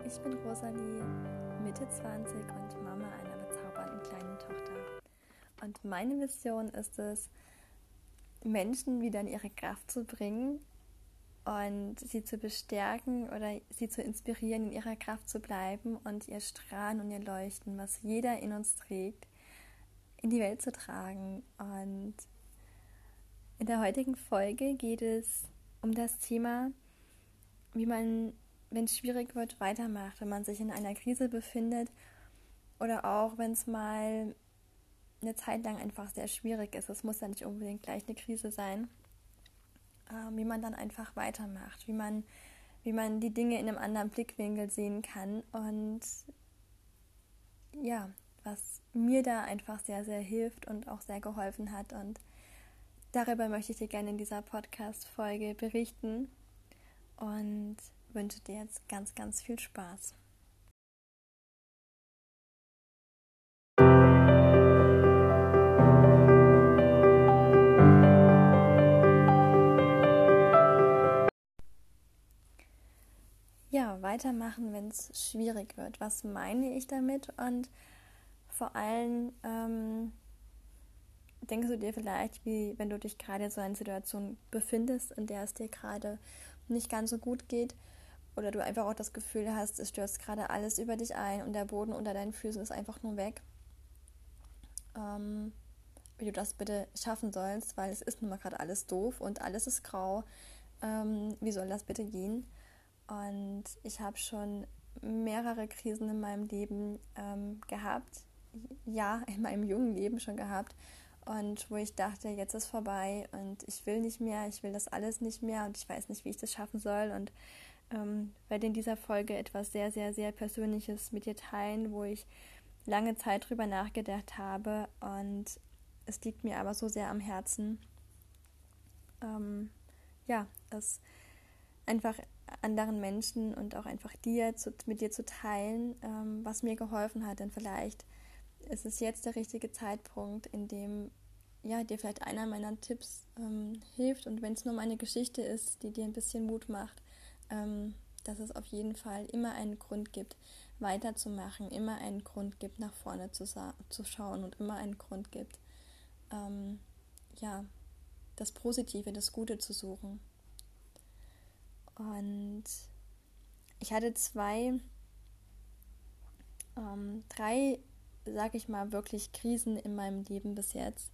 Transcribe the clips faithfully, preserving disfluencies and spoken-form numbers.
Ich bin Rosalie, Mitte zwanzig und Mama einer bezaubernden kleinen Tochter. Und meine Mission ist es, Menschen wieder in ihre Kraft zu bringen und sie zu bestärken oder sie zu inspirieren, in ihrer Kraft zu bleiben und ihr Strahlen und ihr Leuchten, was jeder in uns trägt, in die Welt zu tragen. Und in der heutigen Folge geht es um das Thema, wie man, wenn es schwierig wird, weitermacht, wenn man sich in einer Krise befindet oder auch wenn es mal eine Zeit lang einfach sehr schwierig ist. Es muss ja nicht unbedingt gleich eine Krise sein, äh, wie man dann einfach weitermacht, wie man, wie man die Dinge in einem anderen Blickwinkel sehen kann und ja, was mir da einfach sehr, sehr hilft und auch sehr geholfen hat, und darüber möchte ich dir gerne in dieser Podcast-Folge berichten und wünsche dir jetzt ganz, ganz viel Spaß. Ja, weitermachen, wenn es schwierig wird. Was meine ich damit? Und vor allem ähm, denkst du dir vielleicht, wie wenn du dich gerade so in einer Situation befindest, in der es dir gerade nicht ganz so gut geht, oder du einfach auch das Gefühl hast, es stürzt gerade alles über dich ein und der Boden unter deinen Füßen ist einfach nur weg. Ähm, wie du das bitte schaffen sollst, weil es ist nun mal gerade alles doof und alles ist grau. Ähm, wie soll das bitte gehen? Und ich habe schon mehrere Krisen in meinem Leben ähm, gehabt, ja, in meinem jungen Leben schon gehabt, und wo ich dachte, jetzt ist vorbei und ich will nicht mehr, ich will das alles nicht mehr und ich weiß nicht, wie ich das schaffen soll, und ähm, werde in dieser Folge etwas sehr, sehr, sehr Persönliches mit dir teilen, wo ich lange Zeit drüber nachgedacht habe, und es liegt mir aber so sehr am Herzen, ähm, ja, es einfach anderen Menschen und auch einfach dir zu, mit dir zu teilen, ähm, was mir geholfen hat. Denn vielleicht ist es jetzt der richtige Zeitpunkt, in dem ja, dir vielleicht einer meiner Tipps ähm, hilft, und wenn es nur meine Geschichte ist, die dir ein bisschen Mut macht, ähm, dass es auf jeden Fall immer einen Grund gibt, weiterzumachen, immer einen Grund gibt, nach vorne zu, sa- zu schauen und immer einen Grund gibt, ähm, ja, das Positive, das Gute zu suchen. Und ich hatte zwei, ähm, drei, sag ich mal, wirklich Krisen in meinem Leben bis jetzt.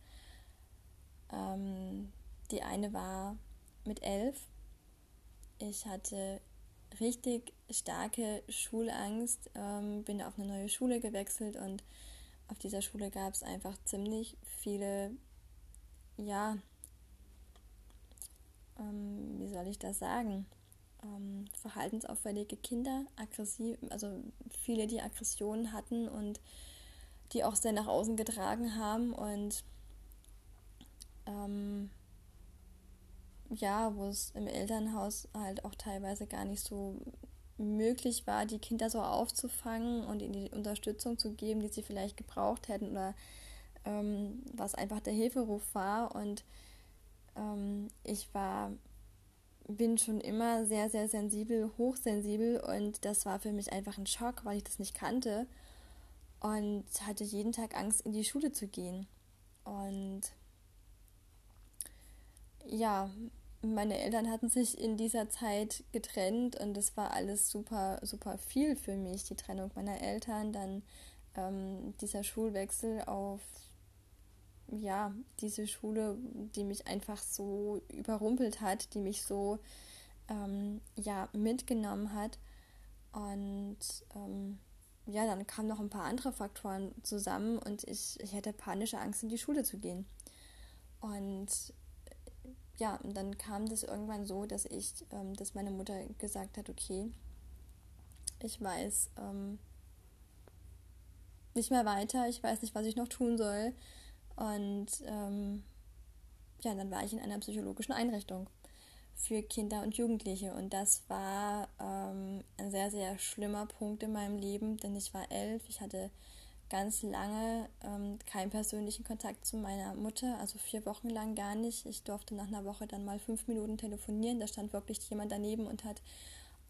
Ähm, die eine war mit elf. Ich hatte richtig starke Schulangst, ähm, bin auf eine neue Schule gewechselt, und auf dieser Schule gab es einfach ziemlich viele, ja, ähm, wie soll ich das sagen, ähm, verhaltensauffällige Kinder, aggressiv, also viele, die Aggressionen hatten und die auch sehr nach außen getragen haben, und ähm, ja, wo es im Elternhaus halt auch teilweise gar nicht so möglich war, die Kinder so aufzufangen und ihnen die Unterstützung zu geben, die sie vielleicht gebraucht hätten, oder ähm, was einfach der Hilferuf war. Und ähm, ich war, bin schon immer sehr, sehr sensibel, hochsensibel, und das war für mich einfach ein Schock, weil ich das nicht kannte, und hatte jeden Tag Angst, in die Schule zu gehen. Und ja, meine Eltern hatten sich in dieser Zeit getrennt, und das war alles super, super viel für mich. Die Trennung meiner Eltern, dann ähm, dieser Schulwechsel auf, ja, diese Schule, die mich einfach so überrumpelt hat, die mich so, ähm, ja, mitgenommen hat. Und ähm, ja, dann kamen noch ein paar andere Faktoren zusammen, und ich, ich hatte panische Angst, in die Schule zu gehen. Und ja, und dann kam das irgendwann so, dass ich, ähm, dass meine Mutter gesagt hat, okay, ich weiß ähm, nicht mehr weiter, ich weiß nicht, was ich noch tun soll. Und ähm, ja, dann war ich in einer psychologischen Einrichtung für Kinder und Jugendliche, und das war ähm, ein sehr, sehr schlimmer Punkt in meinem Leben, denn ich war elf, ich hatte ganz lange ähm, keinen persönlichen Kontakt zu meiner Mutter, also vier Wochen lang gar nicht. Ich durfte nach einer Woche dann mal fünf Minuten telefonieren. Da stand wirklich jemand daneben und hat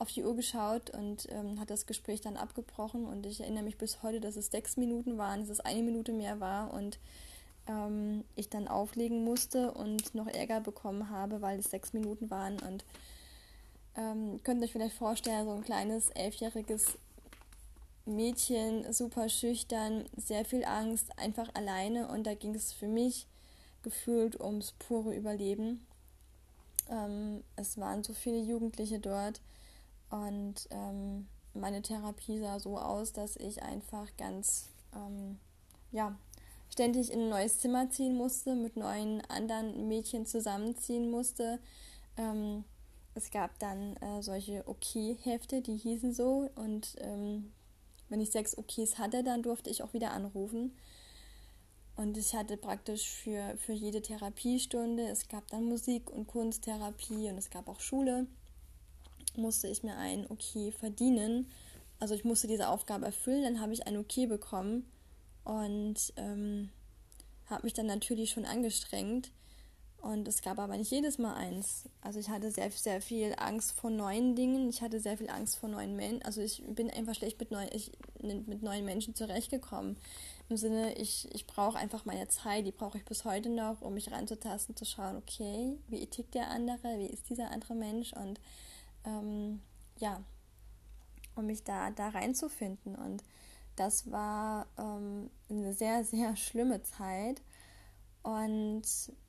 auf die Uhr geschaut und ähm, hat das Gespräch dann abgebrochen und ich erinnere mich bis heute, dass es sechs Minuten waren, dass es eine Minute mehr war und ähm, ich dann auflegen musste und noch Ärger bekommen habe, weil es sechs Minuten waren und ähm, könnt ihr euch vielleicht vorstellen, so ein kleines elfjähriges Mädchen, super schüchtern, sehr viel Angst, einfach alleine und da ging es für mich gefühlt ums pure Überleben. Ähm, es waren so viele Jugendliche dort und ähm, meine Therapie sah so aus, dass ich einfach ganz, ähm, ja, ständig in ein neues Zimmer ziehen musste, mit neuen anderen Mädchen zusammenziehen musste. Ähm, es gab dann äh, solche Okay-Hefte, die hießen so und ähm, wenn ich sechs Okays hatte, dann durfte ich auch wieder anrufen. Und ich hatte praktisch für, für jede Therapiestunde, es gab dann Musik- und Kunsttherapie und es gab auch Schule, musste ich mir ein Okay verdienen. Also ich musste diese Aufgabe erfüllen, dann habe ich ein Okay bekommen und ähm, habe mich dann natürlich schon angestrengt. Und es gab aber nicht jedes Mal eins. Also ich hatte sehr, sehr viel Angst vor neuen Dingen. Ich hatte sehr viel Angst vor neuen Menschen. Also ich bin einfach schlecht mit neuen, ich, mit neuen Menschen zurechtgekommen. Im Sinne, ich, ich brauche einfach meine Zeit, die brauche ich bis heute noch, um mich ranzutasten, zu schauen, okay, wie tickt der andere, wie ist dieser andere Mensch und ähm, ja, um mich da, da reinzufinden. Und das war ähm, eine sehr, sehr schlimme Zeit. Und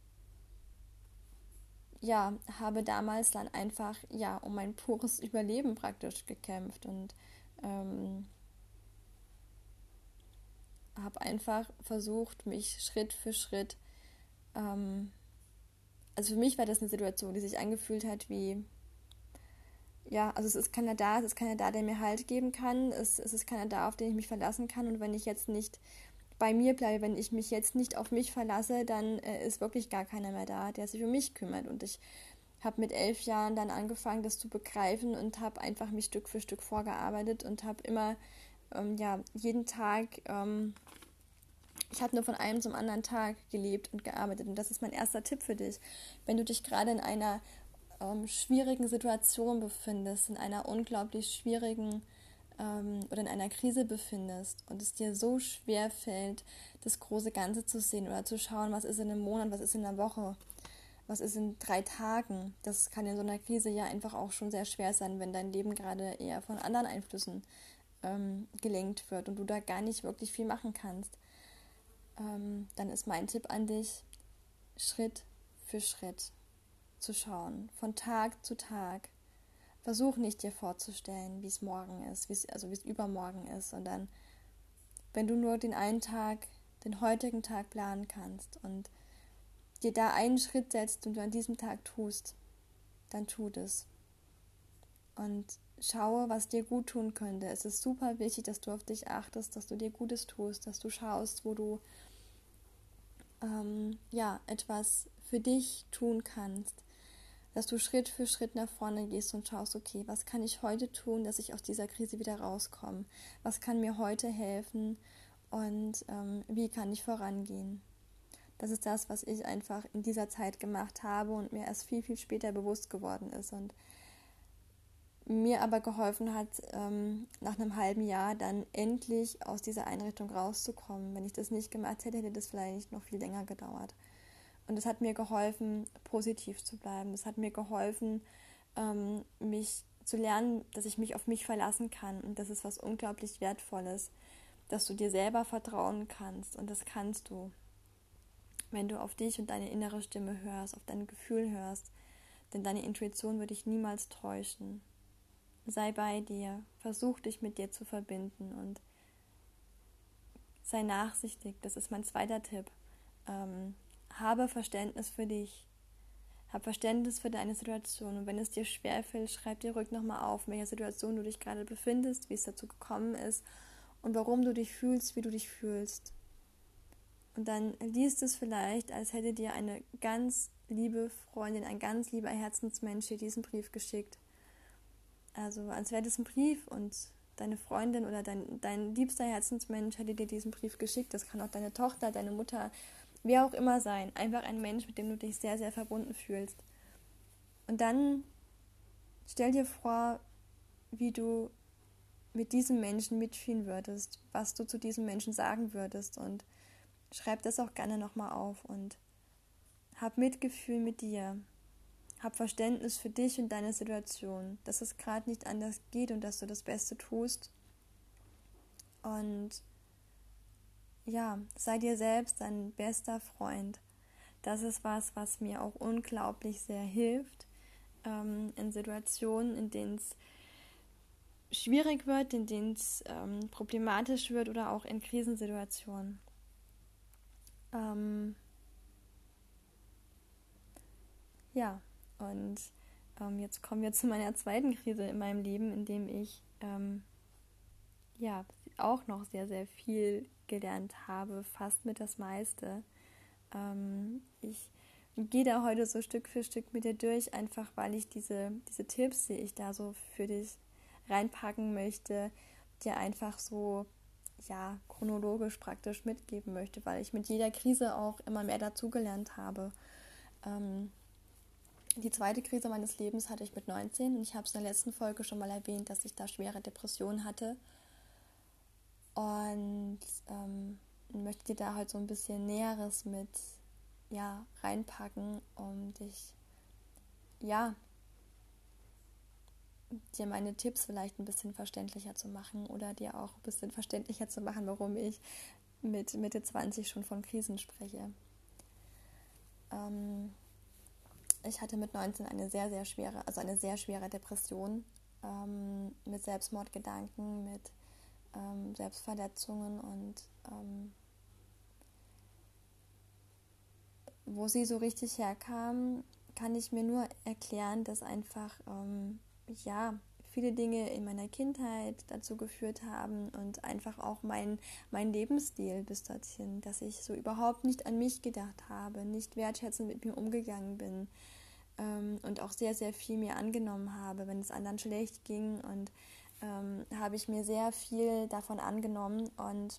ja, habe damals dann einfach ja um mein pures Überleben praktisch gekämpft und ähm, habe einfach versucht, mich Schritt für Schritt, ähm, also für mich war das eine Situation, die sich angefühlt hat wie, ja, also es ist keiner da, es ist keiner da, der mir Halt geben kann, es, es ist keiner da, auf den ich mich verlassen kann und wenn ich jetzt nicht bei mir bleibe, wenn ich mich jetzt nicht auf mich verlasse, dann äh, ist wirklich gar keiner mehr da, der sich um mich kümmert und ich habe mit elf Jahren dann angefangen, das zu begreifen und habe einfach mich Stück für Stück vorgearbeitet und habe immer, ähm, ja, jeden Tag, ähm, ich habe nur von einem zum anderen Tag gelebt und gearbeitet und das ist mein erster Tipp für dich. Wenn du dich gerade in einer ähm, schwierigen Situation befindest, in einer unglaublich schwierigen ähm, oder in einer Krise befindest und es dir so schwer fällt, das große Ganze zu sehen oder zu schauen, was ist in einem Monat, was ist in einer Woche, was ist in drei Tagen? Das kann in so einer Krise ja einfach auch schon sehr schwer sein, wenn dein Leben gerade eher von anderen Einflüssen ähm, gelenkt wird und du da gar nicht wirklich viel machen kannst. Ähm, dann ist mein Tipp an dich, Schritt für Schritt zu schauen, von Tag zu Tag. Versuch nicht dir vorzustellen, wie es morgen ist, wie es, also wie es übermorgen ist, sondern wenn du nur den einen Tag, den heutigen Tag planen kannst und dir da einen Schritt setzt und du an diesem Tag tust, dann tu das. Und schaue, was dir gut tun könnte. Es ist super wichtig, dass du auf dich achtest, dass du dir Gutes tust, dass du schaust, wo du ähm, ja, etwas für dich tun kannst. Dass du Schritt für Schritt nach vorne gehst und schaust, okay, was kann ich heute tun, dass ich aus dieser Krise wieder rauskomme? Was kann mir heute helfen und ähm, wie kann ich vorangehen? Das ist das, was ich einfach in dieser Zeit gemacht habe und mir erst viel, viel später bewusst geworden ist und mir aber geholfen hat, ähm, nach einem halben Jahr dann endlich aus dieser Einrichtung rauszukommen. Wenn ich das nicht gemacht hätte, hätte das vielleicht noch viel länger gedauert. Und es hat mir geholfen, positiv zu bleiben. Es hat mir geholfen, ähm, mich zu lernen, dass ich mich auf mich verlassen kann. Und das ist was unglaublich Wertvolles, dass du dir selber vertrauen kannst. Und das kannst du, wenn du auf dich und deine innere Stimme hörst, auf dein Gefühl hörst. Denn deine Intuition wird dich niemals täuschen. Sei bei dir, versuch dich mit dir zu verbinden und sei nachsichtig. Das ist mein zweiter Tipp. Ähm, habe Verständnis für dich. Hab Verständnis für deine Situation. Und wenn es dir schwerfällt, schreib dir ruhig nochmal auf, in welcher Situation du dich gerade befindest, wie es dazu gekommen ist und warum du dich fühlst, wie du dich fühlst. Und dann liest es vielleicht, als hätte dir eine ganz liebe Freundin, ein ganz lieber Herzensmensch dir diesen Brief geschickt. Also als wäre das ein Brief und deine Freundin oder dein, dein liebster Herzensmensch hätte dir diesen Brief geschickt. Das kann auch deine Tochter, deine Mutter, wer auch immer sein. Einfach ein Mensch, mit dem du dich sehr, sehr verbunden fühlst. Und dann stell dir vor, wie du mit diesem Menschen mitfühlen würdest, was du zu diesem Menschen sagen würdest, und schreib das auch gerne nochmal auf und hab Mitgefühl mit dir. Hab Verständnis für dich und deine Situation, dass es gerade nicht anders geht und dass du das Beste tust. Und ja, sei dir selbst dein bester Freund. Das ist was, was mir auch unglaublich sehr hilft, ähm, in Situationen, in denen es schwierig wird, in denen es ähm, problematisch wird oder auch in Krisensituationen. Ähm, ja, und ähm, jetzt kommen wir zu meiner zweiten Krise in meinem Leben, in dem ich ähm, ja auch noch sehr, sehr viel gelernt habe, fast mit das meiste. Ähm, ich gehe da heute so Stück für Stück mit dir durch, einfach weil ich diese, diese Tipps, die ich da so für dich reinpacken möchte, dir einfach so ja, chronologisch praktisch mitgeben möchte, weil ich mit jeder Krise auch immer mehr dazugelernt habe. Ähm, die zweite Krise meines Lebens hatte ich mit neunzehn, und ich habe es in der letzten Folge schon mal erwähnt, dass ich da schwere Depressionen hatte. Und ähm, möchte dir da halt so ein bisschen Näheres mit ja, reinpacken, um dich, ja, dir meine Tipps vielleicht ein bisschen verständlicher zu machen oder dir auch ein bisschen verständlicher zu machen, warum ich mit Mitte zwanzig schon von Krisen spreche. Ähm, ich hatte mit neunzehn eine sehr, sehr schwere, also eine sehr schwere Depression ähm, mit Selbstmordgedanken, mit ähm, Selbstverletzungen, und ähm, wo sie so richtig herkam, kann ich mir nur erklären, dass einfach ähm, ja, viele Dinge in meiner Kindheit dazu geführt haben und einfach auch mein, mein Lebensstil bis dorthin, dass ich so überhaupt nicht an mich gedacht habe, nicht wertschätzend mit mir umgegangen bin ähm, und auch sehr, sehr viel mir angenommen habe, wenn es anderen schlecht ging, und ähm, habe ich mir sehr viel davon angenommen, und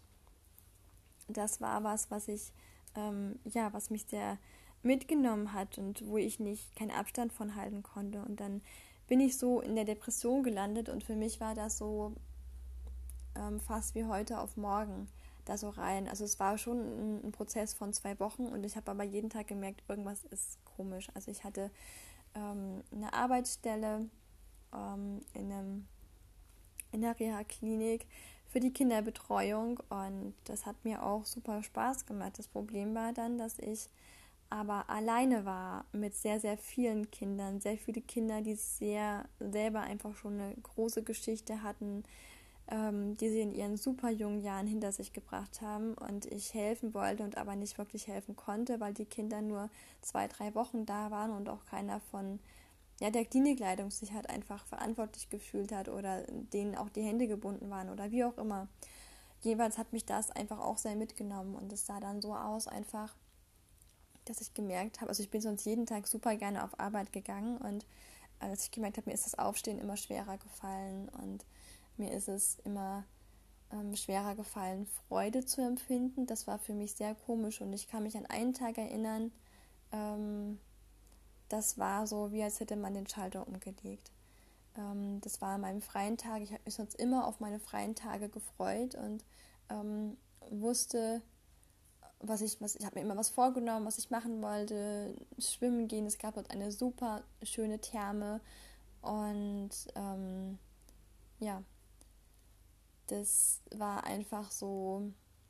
das war was, was ich, ähm, ja, was mich sehr mitgenommen hat und wo ich nicht keinen Abstand von halten konnte. Und dann bin ich so in der Depression gelandet, und für mich war das so ähm, fast wie heute auf morgen da so rein. Also es war schon ein, ein Prozess von zwei Wochen, und ich habe aber jeden Tag gemerkt, irgendwas ist komisch. Also ich hatte ähm, eine Arbeitsstelle ähm, in einem in der Reha-Klinik für die Kinderbetreuung, und das hat mir auch super Spaß gemacht. Das Problem war dann, dass ich aber alleine war mit sehr, sehr vielen Kindern, sehr viele Kinder, die sehr selber einfach schon eine große Geschichte hatten, ähm, die sie in ihren super jungen Jahren hinter sich gebracht haben, und ich helfen wollte und aber nicht wirklich helfen konnte, weil die Kinder nur zwei, drei Wochen da waren und auch keiner von ja, der Klinikleitung sich halt einfach verantwortlich gefühlt hat oder denen auch die Hände gebunden waren oder wie auch immer. Jeweils hat mich das einfach auch sehr mitgenommen, und es sah dann so aus einfach, dass ich gemerkt habe, also ich bin sonst jeden Tag super gerne auf Arbeit gegangen, und als ich gemerkt habe, mir ist das Aufstehen immer schwerer gefallen, und mir ist es immer ähm, schwerer gefallen, Freude zu empfinden. Das war für mich sehr komisch, und ich kann mich an einen Tag erinnern, ähm, das war so, wie als hätte man den Schalter umgelegt. Ähm, das war an meinem freien Tag. Ich habe mich sonst immer auf meine freien Tage gefreut und ähm, wusste, was ich, was, ich habe mir immer was vorgenommen, was ich machen wollte. Schwimmen gehen, es gab dort eine super schöne Therme, und ähm, ja, das war einfach so,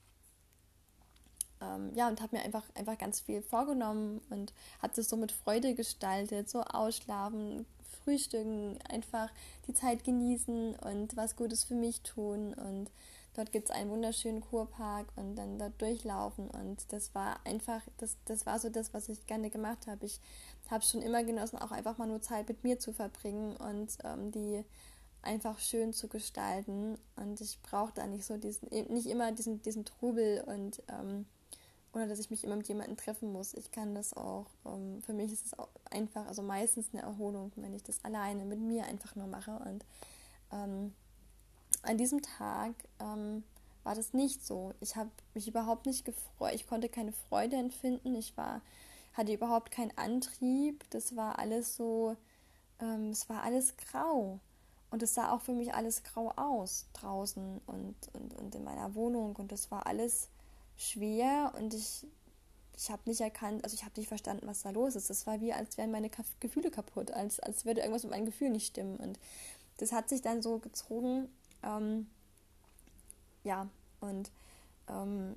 ähm, ja, und habe mir einfach, einfach ganz viel vorgenommen und habe das so mit Freude gestaltet, so ausschlafen, frühstücken, einfach die Zeit genießen und was Gutes für mich tun, und dort gibt es einen wunderschönen Kurpark und dann dort durchlaufen, und das war einfach, das, das war so das, was ich gerne gemacht habe. Ich habe es schon immer genossen, auch einfach mal nur Zeit mit mir zu verbringen und ähm, die einfach schön zu gestalten, und ich brauche da nicht so diesen, nicht immer diesen, diesen Trubel und ähm, oder dass ich mich immer mit jemandem treffen muss. Ich kann das auch, ähm, für mich ist es auch einfach, also meistens eine Erholung, wenn ich das alleine mit mir einfach nur mache, und ähm, an diesem Tag ähm, war das nicht so. Ich habe mich überhaupt nicht gefreut, ich konnte keine Freude empfinden, ich war, hatte überhaupt keinen Antrieb, das war alles so, ähm, es war alles grau. Und es sah auch für mich alles grau aus draußen und, und, und in meiner Wohnung. Und es war alles schwer und ich, ich habe nicht erkannt, also ich habe nicht verstanden, was da los ist. Das war wie, als wären meine Kaf- Gefühle kaputt, als, als würde irgendwas mit meinen Gefühlen nicht stimmen. Und das hat sich dann so gezogen, ähm, ja, und ähm,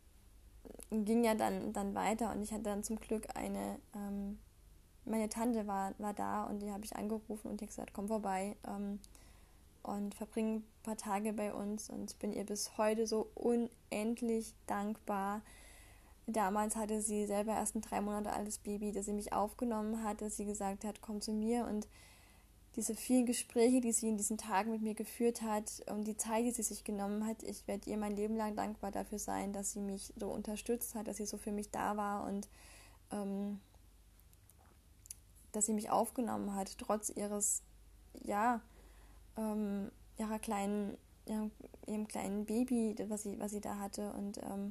ging ja dann, dann weiter. Und ich hatte dann zum Glück eine, ähm, meine Tante war, war da und die habe ich angerufen und die hat gesagt, komm vorbei ähm, und verbring ein paar Tage bei uns. Und ich bin ihr bis heute so unendlich dankbar. Damals hatte sie selber erst ein drei Monate altes Baby, das sie mich aufgenommen hat, dass sie gesagt hat, komm zu mir. Und diese vielen Gespräche, die sie in diesen Tagen mit mir geführt hat und die Zeit, die sie sich genommen hat, ich werde ihr mein Leben lang dankbar dafür sein, dass sie mich so unterstützt hat, dass sie so für mich da war und ähm, dass sie mich aufgenommen hat, trotz ihres, ja, ähm, ihrer kleinen, ihrem, ihrem kleinen Baby, was sie, was sie da hatte und ähm,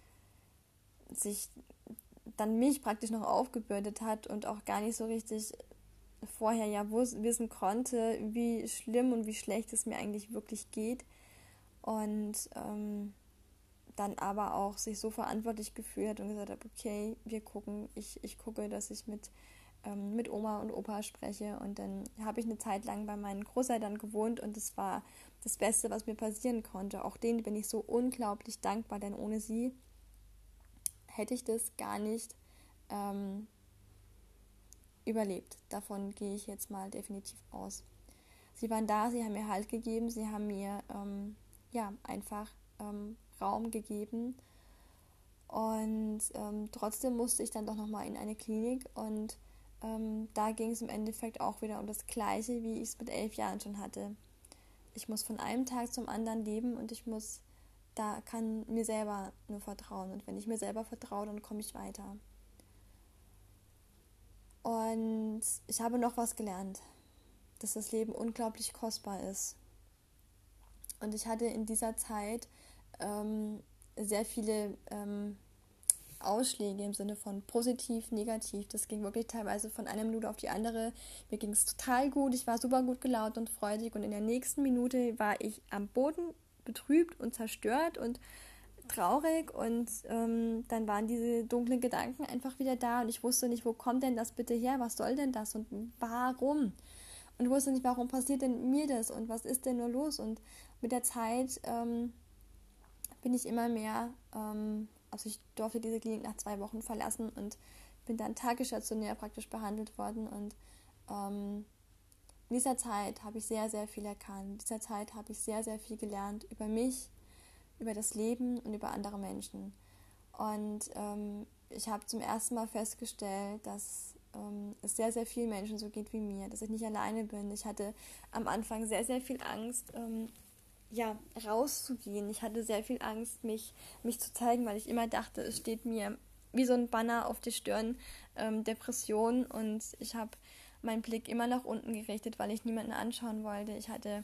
sich dann mich praktisch noch aufgebürdet hat und auch gar nicht so richtig vorher ja wissen konnte, wie schlimm und wie schlecht es mir eigentlich wirklich geht und ähm, dann aber auch sich so verantwortlich gefühlt hat und gesagt hat, okay, wir gucken, ich, ich gucke, dass ich mit, ähm, mit Oma und Opa spreche und dann habe ich eine Zeit lang bei meinen Großeltern gewohnt und das war das Beste, was mir passieren konnte. Auch denen bin ich so unglaublich dankbar, denn ohne sie hätte ich das gar nicht ähm, überlebt. Davon gehe ich jetzt mal definitiv aus. Sie waren da, sie haben mir Halt gegeben, sie haben mir ähm, ja, einfach ähm, Raum gegeben und ähm, trotzdem musste ich dann doch nochmal in eine Klinik und ähm, da ging es im Endeffekt auch wieder um das Gleiche, wie ich es mit elf Jahren schon hatte. Ich muss von einem Tag zum anderen leben und ich muss, da kann mir selber nur vertrauen und wenn ich mir selber vertraue, dann komme ich weiter. Und ich habe noch was gelernt, dass das Leben unglaublich kostbar ist. Und ich hatte in dieser Zeit ähm, sehr viele ähm, Ausschläge im Sinne von positiv, negativ. Das ging wirklich teilweise von einer Minute auf die andere. Mir ging es total gut, ich war super gut gelaunt und freudig und in der nächsten Minute war ich am Boden betrübt und zerstört und traurig und ähm, dann waren diese dunklen Gedanken einfach wieder da und ich wusste nicht, wo kommt denn das bitte her, was soll denn das und warum? Und ich wusste nicht, warum passiert denn mir das und was ist denn nur los? Und mit der Zeit ähm, bin ich immer mehr, ähm, also ich durfte diese Klinik nach zwei Wochen verlassen und bin dann tagesstationär praktisch behandelt worden und ähm, in dieser Zeit habe ich sehr, sehr viel erkannt. In dieser Zeit habe ich sehr, sehr viel gelernt über mich, über das Leben und über andere Menschen. Und ähm, ich habe zum ersten Mal festgestellt, dass ähm, es sehr, sehr vielen Menschen so geht wie mir, dass ich nicht alleine bin. Ich hatte am Anfang sehr, sehr viel Angst, ähm, ja, rauszugehen. Ich hatte sehr viel Angst, mich, mich zu zeigen, weil ich immer dachte, es steht mir wie so ein Banner auf die Stirn, ähm, Depression. Und ich habe meinen Blick immer nach unten gerichtet, weil ich niemanden anschauen wollte. Ich hatte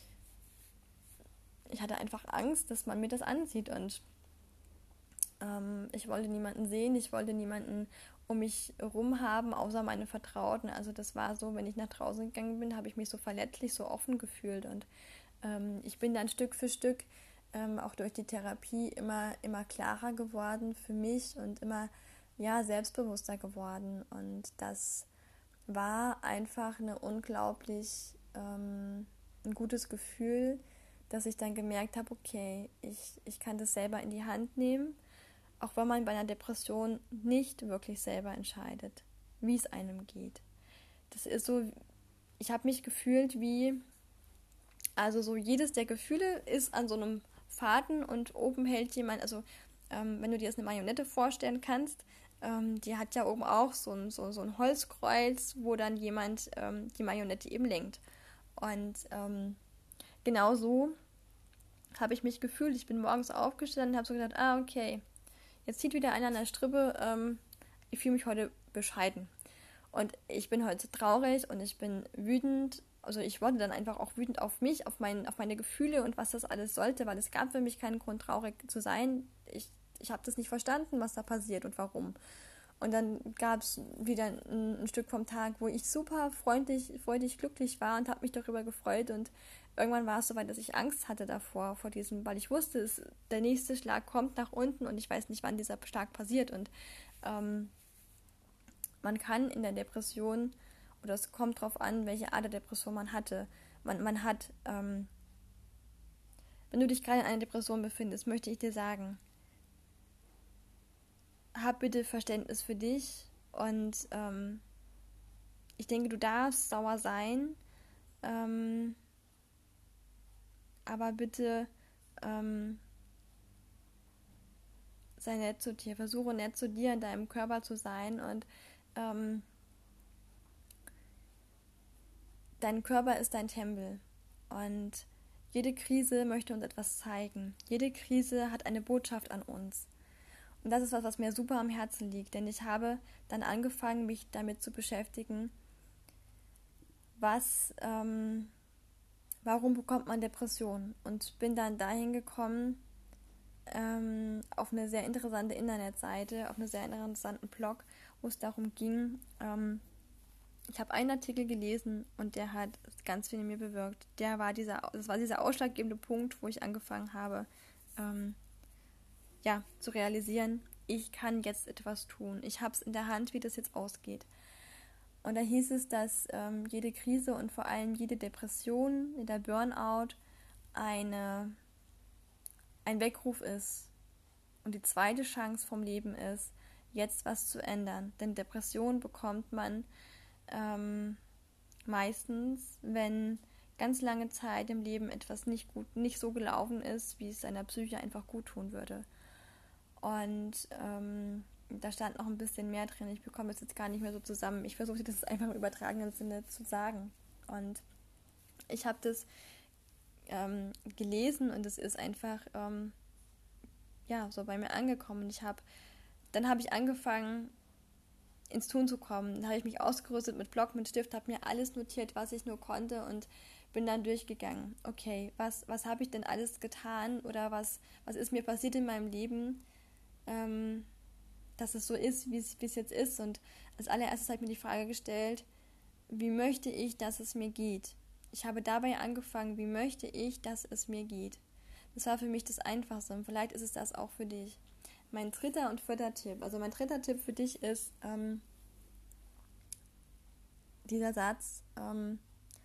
Ich hatte einfach Angst, dass man mir das ansieht und ähm, ich wollte niemanden sehen, ich wollte niemanden um mich herum haben, außer meine Vertrauten. Also das war so, wenn ich nach draußen gegangen bin, habe ich mich so verletzlich, so offen gefühlt und ähm, ich bin dann Stück für Stück ähm, auch durch die Therapie immer, immer klarer geworden für mich und immer ja, selbstbewusster geworden und das war einfach eine unglaublich ähm, ein gutes Gefühl, dass ich dann gemerkt habe, okay, ich, ich kann das selber in die Hand nehmen, auch wenn man bei einer Depression nicht wirklich selber entscheidet, wie es einem geht. Das ist so, ich habe mich gefühlt wie, also so jedes der Gefühle ist an so einem Faden und oben hält jemand, also ähm, wenn du dir jetzt eine Marionette vorstellen kannst, ähm, die hat ja oben auch so ein, so, so ein Holzkreuz, wo dann jemand ähm, die Marionette eben lenkt. Und ähm, genau so habe ich mich gefühlt. Ich bin morgens aufgestanden und habe so gedacht, ah, okay, jetzt zieht wieder einer an der Strippe, ähm, ich fühle mich heute bescheiden. Und ich bin heute traurig und ich bin wütend. Also ich wurde dann einfach auch wütend auf mich, auf, mein, auf meine Gefühle und was das alles sollte, weil es gab für mich keinen Grund, traurig zu sein. Ich, ich habe das nicht verstanden, was da passiert und warum. Und dann gab es wieder ein, ein Stück vom Tag, wo ich super freundlich, freudig, glücklich war und habe mich darüber gefreut. Und irgendwann war es so weit, dass ich Angst hatte davor, vor diesem, weil ich wusste, es, der nächste Schlag kommt nach unten und ich weiß nicht, wann dieser Schlag passiert. Und ähm, man kann in der Depression, oder es kommt darauf an, welche Art der Depression man hatte. Man, man hat, ähm, wenn du dich gerade in einer Depression befindest, möchte ich dir sagen, hab bitte Verständnis für dich und ähm, ich denke, du darfst sauer sein, ähm, aber bitte ähm, sei nett zu dir, versuche nett zu dir in deinem Körper zu sein und ähm, dein Körper ist dein Tempel und jede Krise möchte uns etwas zeigen. Jede Krise hat eine Botschaft an uns. Und das ist was, was mir super am Herzen liegt, denn ich habe dann angefangen, mich damit zu beschäftigen, was, ähm, warum bekommt man Depressionen? Und bin dann dahin gekommen, ähm, auf eine sehr interessante Internetseite, auf einen sehr interessanten Blog, wo es darum ging, ähm, ich habe einen Artikel gelesen und der hat ganz viel in mir bewirkt. Der war dieser, das war dieser ausschlaggebende Punkt, wo ich angefangen habe, ähm, ja, zu realisieren, ich kann jetzt etwas tun. Ich habe es in der Hand, wie das jetzt ausgeht. Und da hieß es, dass ähm, jede Krise und vor allem jede Depression, der Burnout, eine, ein Weckruf ist. Und die zweite Chance vom Leben ist, jetzt was zu ändern. Denn Depression bekommt man ähm, meistens, wenn ganz lange Zeit im Leben etwas nicht gut, nicht so gelaufen ist, wie es seiner Psyche einfach gut tun würde. Und ähm, da stand noch ein bisschen mehr drin. Ich bekomme das jetzt gar nicht mehr so zusammen. Ich versuche das einfach im übertragenen Sinne zu sagen. Und ich habe das ähm, gelesen und es ist einfach ähm, ja so bei mir angekommen. Ich habe, dann habe ich angefangen ins Tun zu kommen. Dann habe ich mich ausgerüstet mit Block, mit Stift, habe mir alles notiert, was ich nur konnte und bin dann durchgegangen. Okay, was, was habe ich denn alles getan oder was, was ist mir passiert in meinem Leben, ähm, dass es so ist, wie es, wie es jetzt ist. Und als allererstes habe ich mir die Frage gestellt, wie möchte ich, dass es mir geht? Ich habe dabei angefangen, wie möchte ich, dass es mir geht? Das war für mich das Einfachste und vielleicht ist es das auch für dich. Mein dritter und vierter Tipp, also mein dritter Tipp für dich ist ähm, dieser Satz, ähm,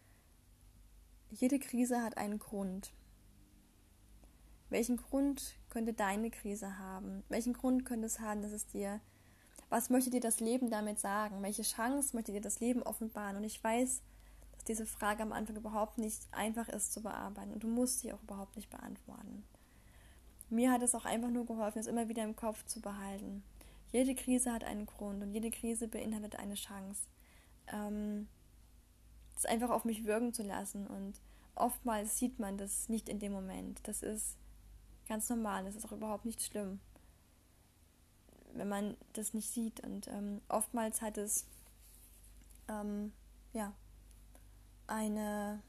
jede Krise hat einen Grund. Welchen Grund könnte deine Krise haben? Welchen Grund könnte es haben, dass es dir, was möchte dir das Leben damit sagen? Welche Chance möchte dir das Leben offenbaren? Und ich weiß, dass diese Frage am Anfang überhaupt nicht einfach ist zu bearbeiten und du musst sie auch überhaupt nicht beantworten. Mir hat es auch einfach nur geholfen, es immer wieder im Kopf zu behalten. Jede Krise hat einen Grund und jede Krise beinhaltet eine Chance. Ähm, das einfach auf mich wirken zu lassen und oftmals sieht man das nicht in dem Moment. Das ist ganz normal, das ist auch überhaupt nicht schlimm, wenn man das nicht sieht. Und ähm, oftmals hat es ähm, ja eine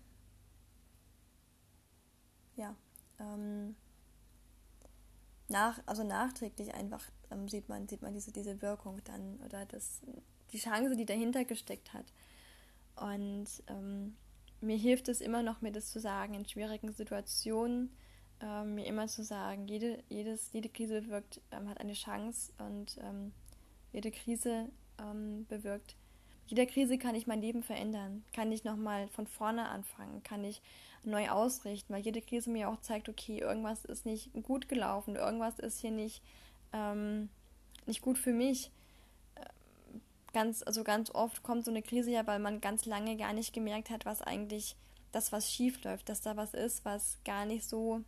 ja ähm, nach also nachträglich einfach ähm, sieht man sieht man diese diese Wirkung dann oder das die Chance, die dahinter gesteckt hat. Und ähm, mir hilft es immer noch, mir das zu sagen in schwierigen Situationen, ähm, mir immer zu sagen, jede, jedes, jede Krise bewirkt, ähm, hat eine Chance und ähm, jede Krise ähm, bewirkt, mit jeder Krise kann ich mein Leben verändern, kann ich nochmal von vorne anfangen, kann ich neu ausrichten, weil jede Krise mir auch zeigt, okay, irgendwas ist nicht gut gelaufen, irgendwas ist hier nicht, ähm, nicht gut für mich. Ganz, also ganz oft kommt so eine Krise ja, weil man ganz lange gar nicht gemerkt hat, was eigentlich das, was schief läuft, dass da was ist, was gar nicht so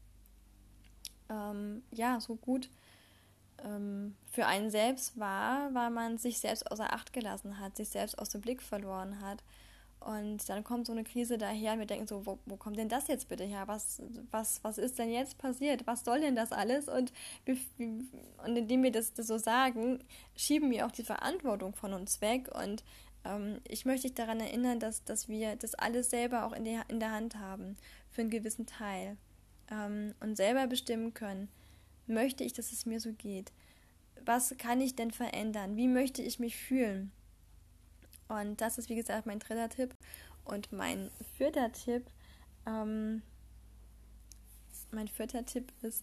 ähm, ja, so gut ähm, für einen selbst war, weil man sich selbst außer Acht gelassen hat, sich selbst aus dem Blick verloren hat. Und dann kommt so eine Krise daher und wir denken so, wo, wo kommt denn das jetzt bitte her? Was, was, was ist denn jetzt passiert? Was soll denn das alles? Und, wir, und indem wir das, das so sagen, schieben wir auch die Verantwortung von uns weg. Und ähm, ich möchte dich daran erinnern, dass, dass wir das alles selber auch in, die, in der Hand haben, für einen gewissen Teil. Ähm, und selber bestimmen können, möchte ich, dass es mir so geht? was kann ich denn verändern? Wie möchte ich mich fühlen? Und das ist, wie gesagt, mein dritter Tipp. Und mein vierter Tipp, ähm, mein vierter Tipp ist,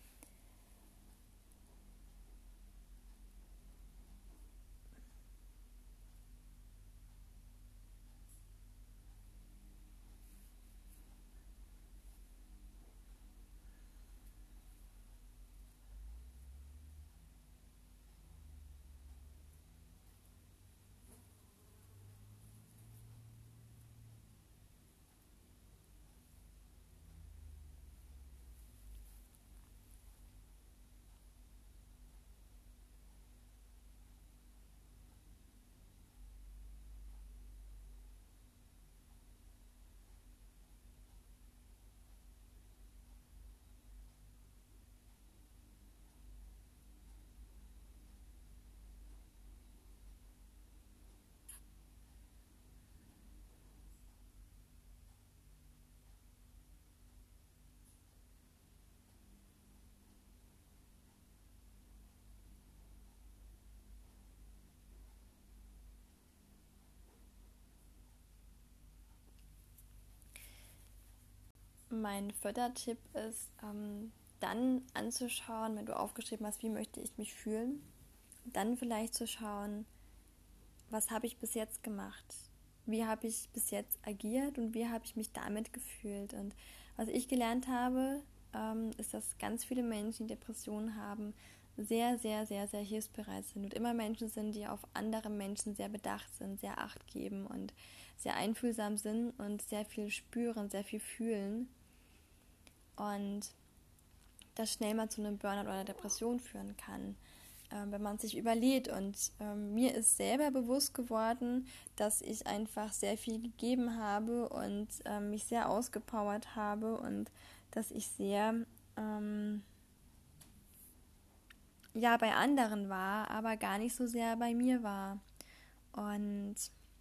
mein vierter Tipp ist, ähm, dann anzuschauen, wenn du aufgeschrieben hast, wie möchte ich mich fühlen, dann vielleicht zu schauen, was habe ich bis jetzt gemacht? Wie habe ich bis jetzt agiert und wie habe ich mich damit gefühlt? Und was ich gelernt habe, ähm, ist, dass ganz viele Menschen, die Depressionen haben, sehr, sehr, sehr, sehr hilfsbereit sind und immer Menschen sind, die auf andere Menschen sehr bedacht sind, sehr Acht geben und sehr einfühlsam sind und sehr viel spüren, sehr viel fühlen. Und das schnell mal zu einem Burnout oder einer Depression führen kann, ähm, wenn man sich überlegt. Und ähm, mir ist selber bewusst geworden, dass ich einfach sehr viel gegeben habe und ähm, mich sehr ausgepowert habe und dass ich sehr ähm, ja bei anderen war, aber gar nicht so sehr bei mir war. Und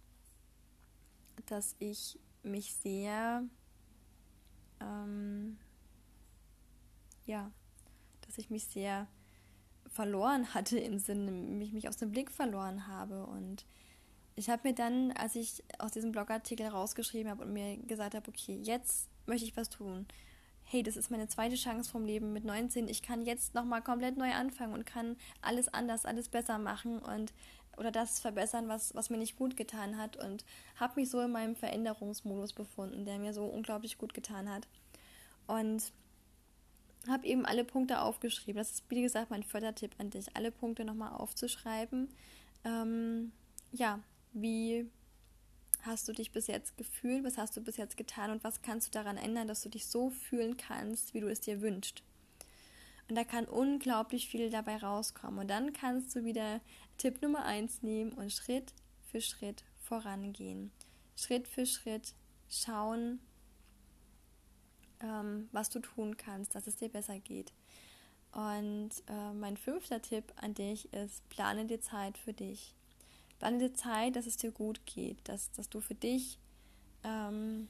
dass ich mich sehr ähm, ja, dass ich mich sehr verloren hatte im Sinne, mich, mich aus dem Blick verloren habe. Und ich habe mir dann, als ich aus diesem Blogartikel rausgeschrieben habe und mir gesagt habe, okay, jetzt möchte ich was tun. Hey, das ist meine zweite Chance vom Leben mit neunzehn. Ich kann jetzt nochmal komplett neu anfangen und kann alles anders, alles besser machen und oder das verbessern, was, was mir nicht gut getan hat. Und habe mich so in meinem Veränderungsmodus befunden, der mir so unglaublich gut getan hat. Und habe eben alle Punkte aufgeschrieben. Das ist, wie gesagt, mein Fördertipp an dich, alle Punkte nochmal aufzuschreiben. Ähm, ja, wie hast du dich bis jetzt gefühlt, was hast du bis jetzt getan und was kannst du daran ändern, dass du dich so fühlen kannst, wie du es dir wünschst. Und da kann unglaublich viel dabei rauskommen. Und dann kannst du wieder Tipp Nummer eins nehmen und Schritt für Schritt vorangehen. Schritt für Schritt schauen, ähm, was du tun kannst, dass es dir besser geht. Und äh, mein fünfter Tipp an dich ist, plane dir Zeit für dich. Plane dir Zeit, dass es dir gut geht, dass, dass du für dich ähm,